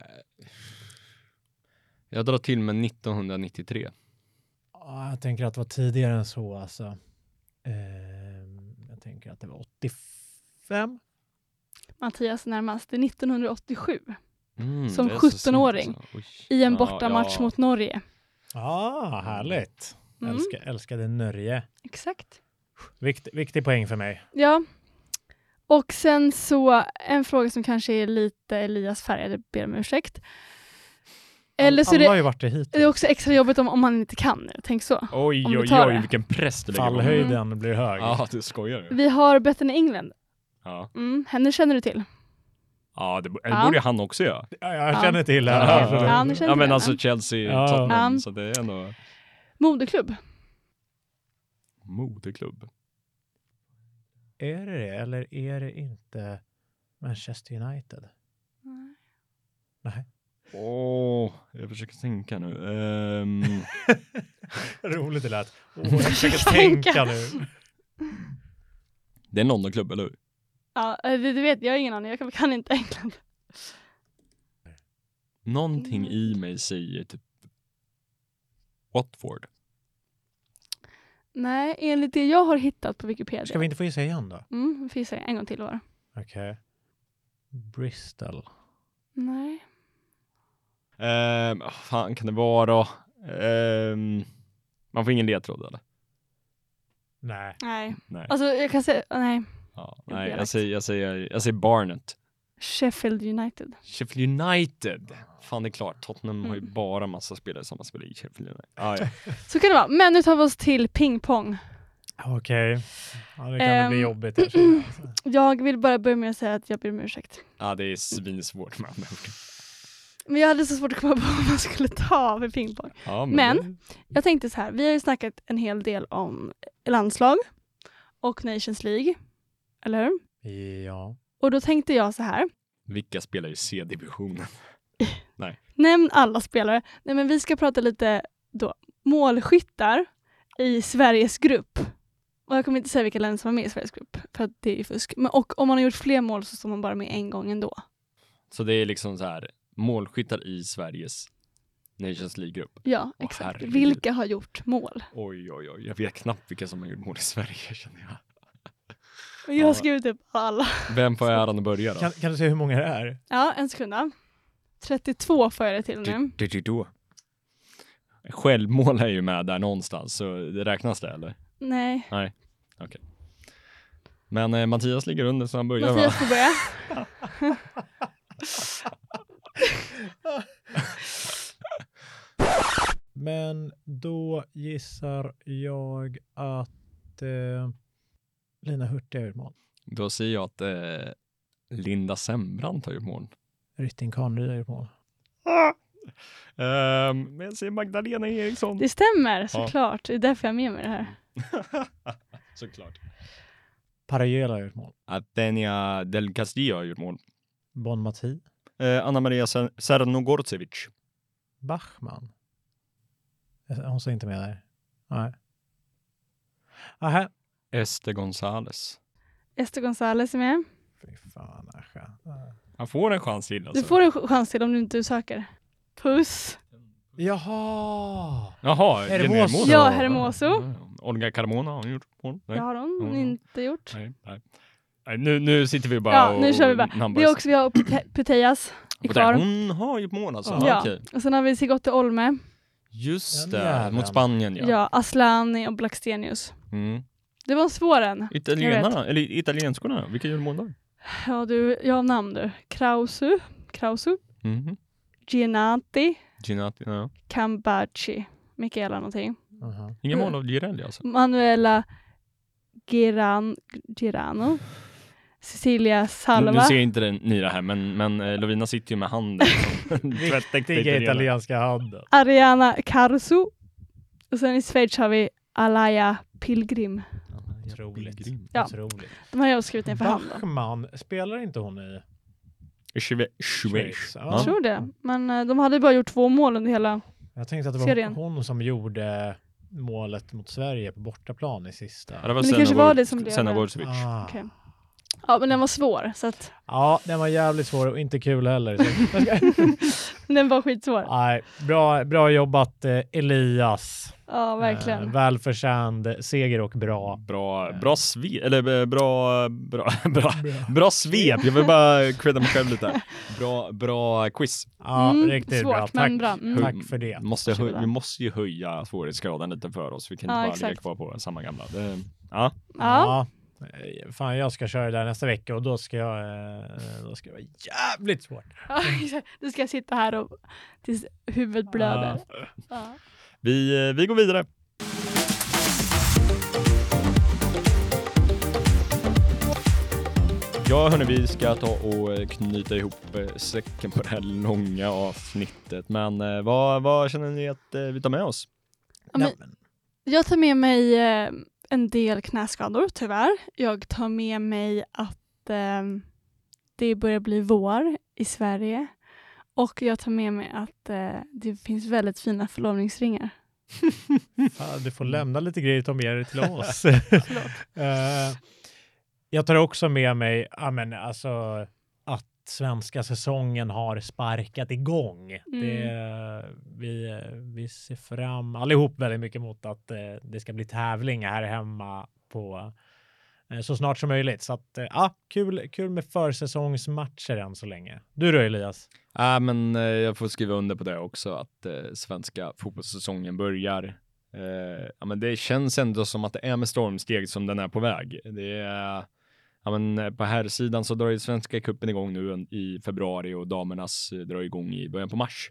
[SPEAKER 1] Jag drar till med nittonhundranittiotre.
[SPEAKER 2] Ja, jag tänker att det var tidigare än så. Alltså. Ehm, jag tänker att det var åttiofem.
[SPEAKER 3] Mattias närmast, det är nittonhundraåttiosju.
[SPEAKER 1] Mm,
[SPEAKER 3] Som
[SPEAKER 1] det är så sent
[SPEAKER 3] sjuttonåring.
[SPEAKER 1] alltså. Oj.
[SPEAKER 3] I en
[SPEAKER 1] Ja,
[SPEAKER 3] bortamatch
[SPEAKER 1] ja.
[SPEAKER 3] mot Norge.
[SPEAKER 2] Ah, härligt.
[SPEAKER 3] Mm.
[SPEAKER 2] Älskar, älskade Norge.
[SPEAKER 3] Exakt.
[SPEAKER 2] Vikt, viktig poäng för mig.
[SPEAKER 3] Ja. Och sen så en fråga som kanske är lite Elias färgad, jag ber om ursäkt. Eller så är
[SPEAKER 2] Alla har
[SPEAKER 3] det,
[SPEAKER 2] ju varit det hittills.
[SPEAKER 3] det är också extra jobbigt om, om man inte kan nu. Tänk så.
[SPEAKER 1] Oj,
[SPEAKER 3] Om vi
[SPEAKER 1] oj,
[SPEAKER 3] tar
[SPEAKER 1] oj,
[SPEAKER 3] det.
[SPEAKER 1] vilken press du lägger på mig.
[SPEAKER 2] Fallhöjden blir hög.
[SPEAKER 1] Ja, du skojar ju.
[SPEAKER 3] Vi har Bethany England.
[SPEAKER 1] Ja,
[SPEAKER 3] Mm, henne känner du till.
[SPEAKER 1] ja det, bo- det
[SPEAKER 3] Ja.
[SPEAKER 1] borde han också göra.
[SPEAKER 2] Ja, jag
[SPEAKER 3] Ja.
[SPEAKER 2] känner till det.
[SPEAKER 1] Ja,
[SPEAKER 2] här.
[SPEAKER 1] ja,
[SPEAKER 3] Ja, nu känner
[SPEAKER 1] ja
[SPEAKER 3] du
[SPEAKER 1] men
[SPEAKER 3] det,
[SPEAKER 1] alltså
[SPEAKER 3] ja.
[SPEAKER 1] Chelsea,
[SPEAKER 2] Ja.
[SPEAKER 1] Tottenham,
[SPEAKER 3] Ja.
[SPEAKER 1] så det är ändå
[SPEAKER 3] Moderklubb.
[SPEAKER 1] moderklubb.
[SPEAKER 2] Är det det eller är det inte Manchester United? Nej.
[SPEAKER 1] Åh, jag försöker tänka nu. Ehm,
[SPEAKER 2] Roligt det lät. Åh, jag försöker
[SPEAKER 3] Tänka.
[SPEAKER 2] tänka nu.
[SPEAKER 1] det är en Londonklubb, eller hur?
[SPEAKER 3] Ja, du, du vet, jag har ingen aning. Jag kan, kan inte England.
[SPEAKER 1] Någonting
[SPEAKER 3] Mm.
[SPEAKER 1] i mig säger typ Watford.
[SPEAKER 3] Nej, enligt det jag har hittat på Wikipedia.
[SPEAKER 2] Ska vi inte få gissa igen då?
[SPEAKER 3] Mm, vi får gissa en gång till var.
[SPEAKER 2] Okej. Bristol.
[SPEAKER 3] Nej.
[SPEAKER 1] Ehm, vad fan kan det vara då? Ehm, man får ingen ledtråd, eller?
[SPEAKER 2] Nej.
[SPEAKER 3] Nej.
[SPEAKER 1] Nej.
[SPEAKER 3] Alltså, jag kan säga, nej.
[SPEAKER 1] Ja,
[SPEAKER 3] det är
[SPEAKER 1] nej, jag
[SPEAKER 3] elakt.
[SPEAKER 1] säger, jag, säger, jag säger Barnet.
[SPEAKER 3] Sheffield United.
[SPEAKER 1] Sheffield United. Fan, det är klart. Tottenham har ju
[SPEAKER 3] Mm.
[SPEAKER 1] bara massa spelare som har spelat i Sheffield United. Ah, ja.
[SPEAKER 3] Så kan det vara. Men nu tar vi oss till pingpong.
[SPEAKER 2] Okej. Ja, det kan
[SPEAKER 3] Ehm.
[SPEAKER 2] bli jobbigt. Jag känner.
[SPEAKER 3] Jag vill bara börja med att säga att jag ber om ursäkt.
[SPEAKER 1] ah, det är svinsvårt med andra ord.
[SPEAKER 3] Men jag hade så svårt att komma på vad man skulle ta för pingpong.
[SPEAKER 1] Ja,
[SPEAKER 3] Men-
[SPEAKER 1] det-
[SPEAKER 3] Jag tänkte så här, vi har ju snackat en hel del om landslag och Nations League. Eller hur?
[SPEAKER 2] Ja.
[SPEAKER 3] Och då tänkte jag så här.
[SPEAKER 1] Vilka spelar i C-divisionen?
[SPEAKER 3] Nämn alla spelare. Nej, men vi ska prata lite då målskyttar i Sveriges grupp. Och jag kommer inte säga vilka länder som var med i Sveriges grupp, för att det är ju fusk. Men, och om man har gjort fler mål så står man bara med en gång ändå.
[SPEAKER 1] Så det är liksom så här målskyttar i Sveriges Nations League-grupp.
[SPEAKER 3] Ja,
[SPEAKER 1] Åh,
[SPEAKER 3] exakt.
[SPEAKER 1] herregud.
[SPEAKER 3] Vilka har gjort mål?
[SPEAKER 1] Oj, oj, oj. Jag vet knappt vilka som har gjort mål i Sverige, känner jag.
[SPEAKER 3] Och jag har
[SPEAKER 1] Ja.
[SPEAKER 3] skrivit upp alla.
[SPEAKER 1] Vem får äran att börja då?
[SPEAKER 2] Kan, kan du se hur många det är?
[SPEAKER 3] Ja, en sekund då. trettiotvå får jag det till nu.
[SPEAKER 1] Det- det- då. Självmål är ju med där någonstans, så det räknas det, eller?
[SPEAKER 3] Nej,
[SPEAKER 1] Men eh, Mattias ligger under så han börjar,
[SPEAKER 3] Mattias
[SPEAKER 1] va?
[SPEAKER 3] får börja.
[SPEAKER 2] Men då gissar jag att eh, Lina Hurtig har gjort mål.
[SPEAKER 1] Då säger jag att eh, Linda Sembrant har gjort mål.
[SPEAKER 2] Rytting Kaneryd har gjort mål.
[SPEAKER 1] Ehm, men jag säger Magdalena Eriksson.
[SPEAKER 3] Det stämmer, såklart. Det är därför jag har med mig det här.
[SPEAKER 1] Såklart.
[SPEAKER 2] Parajela har gjort mål.
[SPEAKER 1] Atenia del Castillo har gjort mål.
[SPEAKER 2] Bon Mati.
[SPEAKER 1] Eh, Anna Maria Ser- Sernogorcevic.
[SPEAKER 2] Bachmann. Hon står inte med där. Nej. Aha.
[SPEAKER 1] Ester Gonzales.
[SPEAKER 3] Esther Gonzales är med.
[SPEAKER 2] Fy fan, Asha.
[SPEAKER 1] Han får en chans till alltså.
[SPEAKER 3] Du får en ch- chans till om du inte söker. Puss.
[SPEAKER 2] Jaha!
[SPEAKER 1] Jaha,
[SPEAKER 2] Hermoso.
[SPEAKER 1] Hermoso.
[SPEAKER 3] Ja, Hermoso.
[SPEAKER 1] Ja, Olga Carmona har hon gjort mål. Nej.
[SPEAKER 3] Det har hon
[SPEAKER 1] Mm.
[SPEAKER 3] inte gjort.
[SPEAKER 1] Nej, nej. Nej, nu, nu sitter vi bara
[SPEAKER 3] Ja,
[SPEAKER 1] och,
[SPEAKER 3] nu kör vi
[SPEAKER 1] och
[SPEAKER 3] bara.
[SPEAKER 1] nambar.
[SPEAKER 3] Det är också, vi har Pute- Putellas är
[SPEAKER 1] Och där,
[SPEAKER 3] kvar.
[SPEAKER 1] hon har gjort mål alltså.
[SPEAKER 2] Ja.
[SPEAKER 1] Ja. Okej.
[SPEAKER 3] Och sen har vi Sigotte Olme.
[SPEAKER 1] Just
[SPEAKER 2] Den
[SPEAKER 1] det,
[SPEAKER 2] jäveln.
[SPEAKER 1] mot Spanien ja.
[SPEAKER 3] Ja, Aslani och Blackstenius.
[SPEAKER 1] Mm.
[SPEAKER 3] Det var en svår en.
[SPEAKER 1] Italienarna, eller italienskorna, vilka gör mål där?
[SPEAKER 3] Ja, du, jag har namn du. Krausu. Krausu.
[SPEAKER 1] Mhm.
[SPEAKER 3] Gianatti.
[SPEAKER 1] Ginati, ja.
[SPEAKER 3] Cambaci. Michaela någonting.
[SPEAKER 2] Aha.
[SPEAKER 1] Inga
[SPEAKER 3] Mm.
[SPEAKER 1] mål av Girelli alltså.
[SPEAKER 3] Manuela Giran, Girano. Cecilia
[SPEAKER 1] Nu,
[SPEAKER 3] Salva.
[SPEAKER 1] nu ser inte den, ni det här, men, men eh, Lovina sitter ju med handen.
[SPEAKER 2] Riktiga italienska handen.
[SPEAKER 3] Ariana Carsu. Och sen i Schweiz har vi Alaya Pilgrim.
[SPEAKER 2] Otroligt.
[SPEAKER 3] Ja.
[SPEAKER 2] Otroligt.
[SPEAKER 3] De har jag skrivit ner för hand.
[SPEAKER 2] Bachmann, spelar inte hon i
[SPEAKER 1] Schweiz.
[SPEAKER 2] Schweiz? Ja.
[SPEAKER 3] Jag tror det. Men eh, de hade bara gjort två mål under hela...
[SPEAKER 2] Jag tänkte att det var
[SPEAKER 3] Serien.
[SPEAKER 2] hon som gjorde målet mot Sverige på bortaplan i sista.
[SPEAKER 1] Ja, det var
[SPEAKER 3] Men det kanske var det som blev
[SPEAKER 1] Senna
[SPEAKER 3] det.
[SPEAKER 1] Vorcevic.
[SPEAKER 2] Ah.
[SPEAKER 3] Okej. Ja, men den var svår. Så att...
[SPEAKER 2] Ja, den var jävligt svår och inte kul heller. Så...
[SPEAKER 3] den var skitsvår.
[SPEAKER 2] Nej, bra, bra jobbat eh, Elias.
[SPEAKER 3] Ja, verkligen.
[SPEAKER 2] Eh, välförtjänd seger och bra.
[SPEAKER 1] Bra, bra sve, eller eh, bra, bra, bra, bra svep. Jag vill bara credda mig själv lite. Bra, bra quiz.
[SPEAKER 2] Ja,
[SPEAKER 3] Mm,
[SPEAKER 2] riktigt
[SPEAKER 3] svårt,
[SPEAKER 2] bra. Tack,
[SPEAKER 3] men bra. Mm.
[SPEAKER 2] tack för det.
[SPEAKER 1] Måste höj,
[SPEAKER 3] Varsågoda.
[SPEAKER 1] vi måste ju höja svårighetsgraden lite för oss. Vi kan inte
[SPEAKER 3] Ja,
[SPEAKER 1] bara
[SPEAKER 3] exakt.
[SPEAKER 1] ligga kvar på samma gamla. Det, ja.
[SPEAKER 3] Ja.
[SPEAKER 2] Eh, Fan, jag ska köra det där nästa vecka och då ska jag eh, då ska det vara jävligt svårt.
[SPEAKER 3] Ja, exakt. Du ska sitta här och tills huvudet blöder. Ja.
[SPEAKER 1] Vi, eh, vi går vidare. Ja, hörni, vi ska ta och knyta ihop eh, säcken på det här långa avsnittet. Men eh, vad, vad känner ni att eh, vi tar med oss?
[SPEAKER 3] Ja, men, jag tar med mig eh, en del knäskador, tyvärr. Jag tar med mig att eh, det börjar bli vår i Sverige. Och jag tar med mig att eh, det finns väldigt fina förlovningsringar.
[SPEAKER 2] Fan, du får lämna lite grejer och ta med dig till oss.
[SPEAKER 3] Förlåt.
[SPEAKER 2] Eh, jag tar också med mig ja, men, alltså, att svenska säsongen har sparkat igång.
[SPEAKER 3] Mm.
[SPEAKER 2] Det, vi, vi ser fram allihop väldigt mycket mot att eh, det ska bli tävling här hemma på eh, så snart som möjligt. Så att, eh, ja, kul, kul med försäsongsmatcher än så länge. Du då, Elias?
[SPEAKER 1] Ja, men eh, jag får skriva under på det också, att eh, svenska fotbollssäsongen börjar. Eh, ja, men det känns ändå som att det är med stormsteg som den är på väg. Det är, ja, men eh, på här sidan så drar ju svenska cupen igång nu i februari och damernas eh, drar igång i början på mars.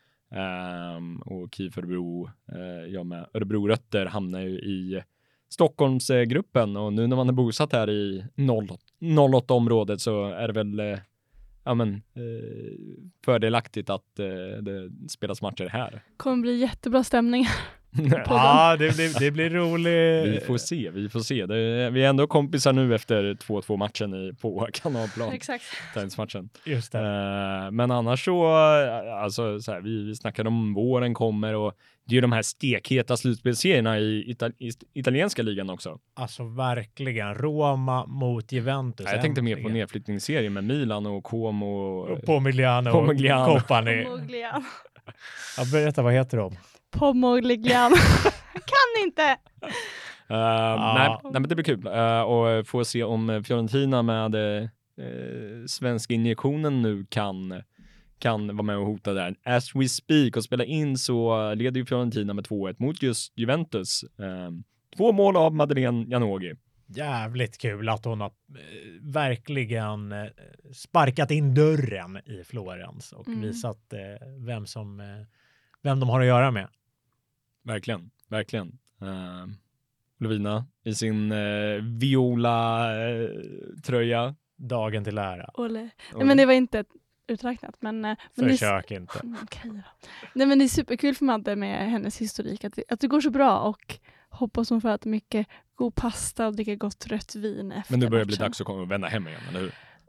[SPEAKER 1] Um, och KIF Örebro, uh, jag med Örebro-rötter, hamnar ju i Stockholmsgruppen, och nu när man är bosatt här i noll åtta-området så är det väl uh, ja, men, uh, fördelaktigt att uh, det spelas matcher här.
[SPEAKER 3] Kommer bli jättebra stämning.
[SPEAKER 2] Ja, det, det, det blir roligt.
[SPEAKER 1] Vi får se, vi får se. Det, vi är ändå kompisar nu efter två två matchen i, på kanalplan.
[SPEAKER 3] Exakt.
[SPEAKER 1] Matchen.
[SPEAKER 2] Just det.
[SPEAKER 1] Uh, men annars så, alltså, så här, vi, vi snackade om våren kommer, och det är ju de här stekheta slutspelserierna i, Ital- i italienska ligan också.
[SPEAKER 2] Alltså verkligen, Roma mot Juventus.
[SPEAKER 1] Ja, jag tänkte mer på
[SPEAKER 2] äntligen.
[SPEAKER 1] nedflyttningsserien med Milan och Como och,
[SPEAKER 2] Och Pomigliano och
[SPEAKER 1] Pomigliano.
[SPEAKER 2] Company.
[SPEAKER 3] Pomigliano.
[SPEAKER 2] Ja, berätta, vad heter de?
[SPEAKER 3] Pomigliano. Kan inte.
[SPEAKER 1] Uh, nej, nej, men det blir kul. Uh, och få se om Fiorentina med uh, svenska injektionen nu kan, kan vara med och hota där. As we speak och spela in så leder ju Fiorentina med två ett mot just Juventus. Uh, två mål av Madeleine Janogy.
[SPEAKER 2] Jävligt kul att hon har eh, verkligen eh, sparkat in dörren i Florens och
[SPEAKER 3] Mm.
[SPEAKER 2] visat eh, vem som eh, vem de har att göra med.
[SPEAKER 1] Verkligen, verkligen. Uh, Lovina i sin uh, viola uh, tröja.
[SPEAKER 2] Dagen till ära.
[SPEAKER 3] Olle. Nej, men det var inte uträknat. Men, eh, men det,
[SPEAKER 2] Försök inte.
[SPEAKER 3] Mm, okej då. Nej, men det är superkul för Madde med hennes historik. Att det, att det går så bra, och hoppas hon får äta mycket god pasta och dricka gott rött vin efter
[SPEAKER 1] Men nu börjar det bli
[SPEAKER 3] matchen.
[SPEAKER 1] dags att komma och vända hem igen, eller hur?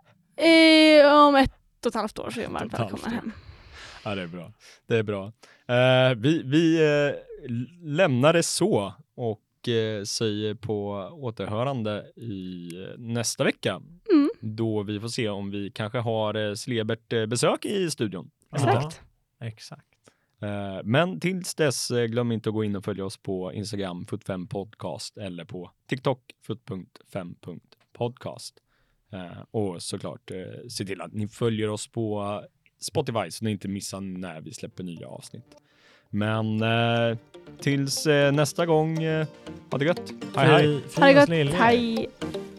[SPEAKER 3] Eh, om ett och ett halvt år så är man
[SPEAKER 2] Ett och ett
[SPEAKER 3] välkommen
[SPEAKER 2] halvt år.
[SPEAKER 3] hem.
[SPEAKER 1] Ja, det är bra. Det är bra. Uh, vi vi uh, lämnar det så och uh, säger på återhörande i uh, nästa vecka.
[SPEAKER 3] Mm.
[SPEAKER 1] Då vi får se om vi kanske har uh, Slebert uh, besök i studion.
[SPEAKER 3] Exakt.
[SPEAKER 2] Ja, exakt.
[SPEAKER 1] Uh, men tills dess, uh, glöm inte att gå in och följa oss på Instagram, fut fem podcast, eller på TikTok, fut punkt fem punkt podcast. Uh, och såklart, uh, se till att ni följer oss på Spotify så ni inte missar när vi släpper nya avsnitt. Men uh, tills uh, nästa gång, uh, ha det gött. Hej hej!
[SPEAKER 2] Fi-
[SPEAKER 3] Ha det
[SPEAKER 2] finas
[SPEAKER 3] gott.
[SPEAKER 2] lilja.
[SPEAKER 3] Hej!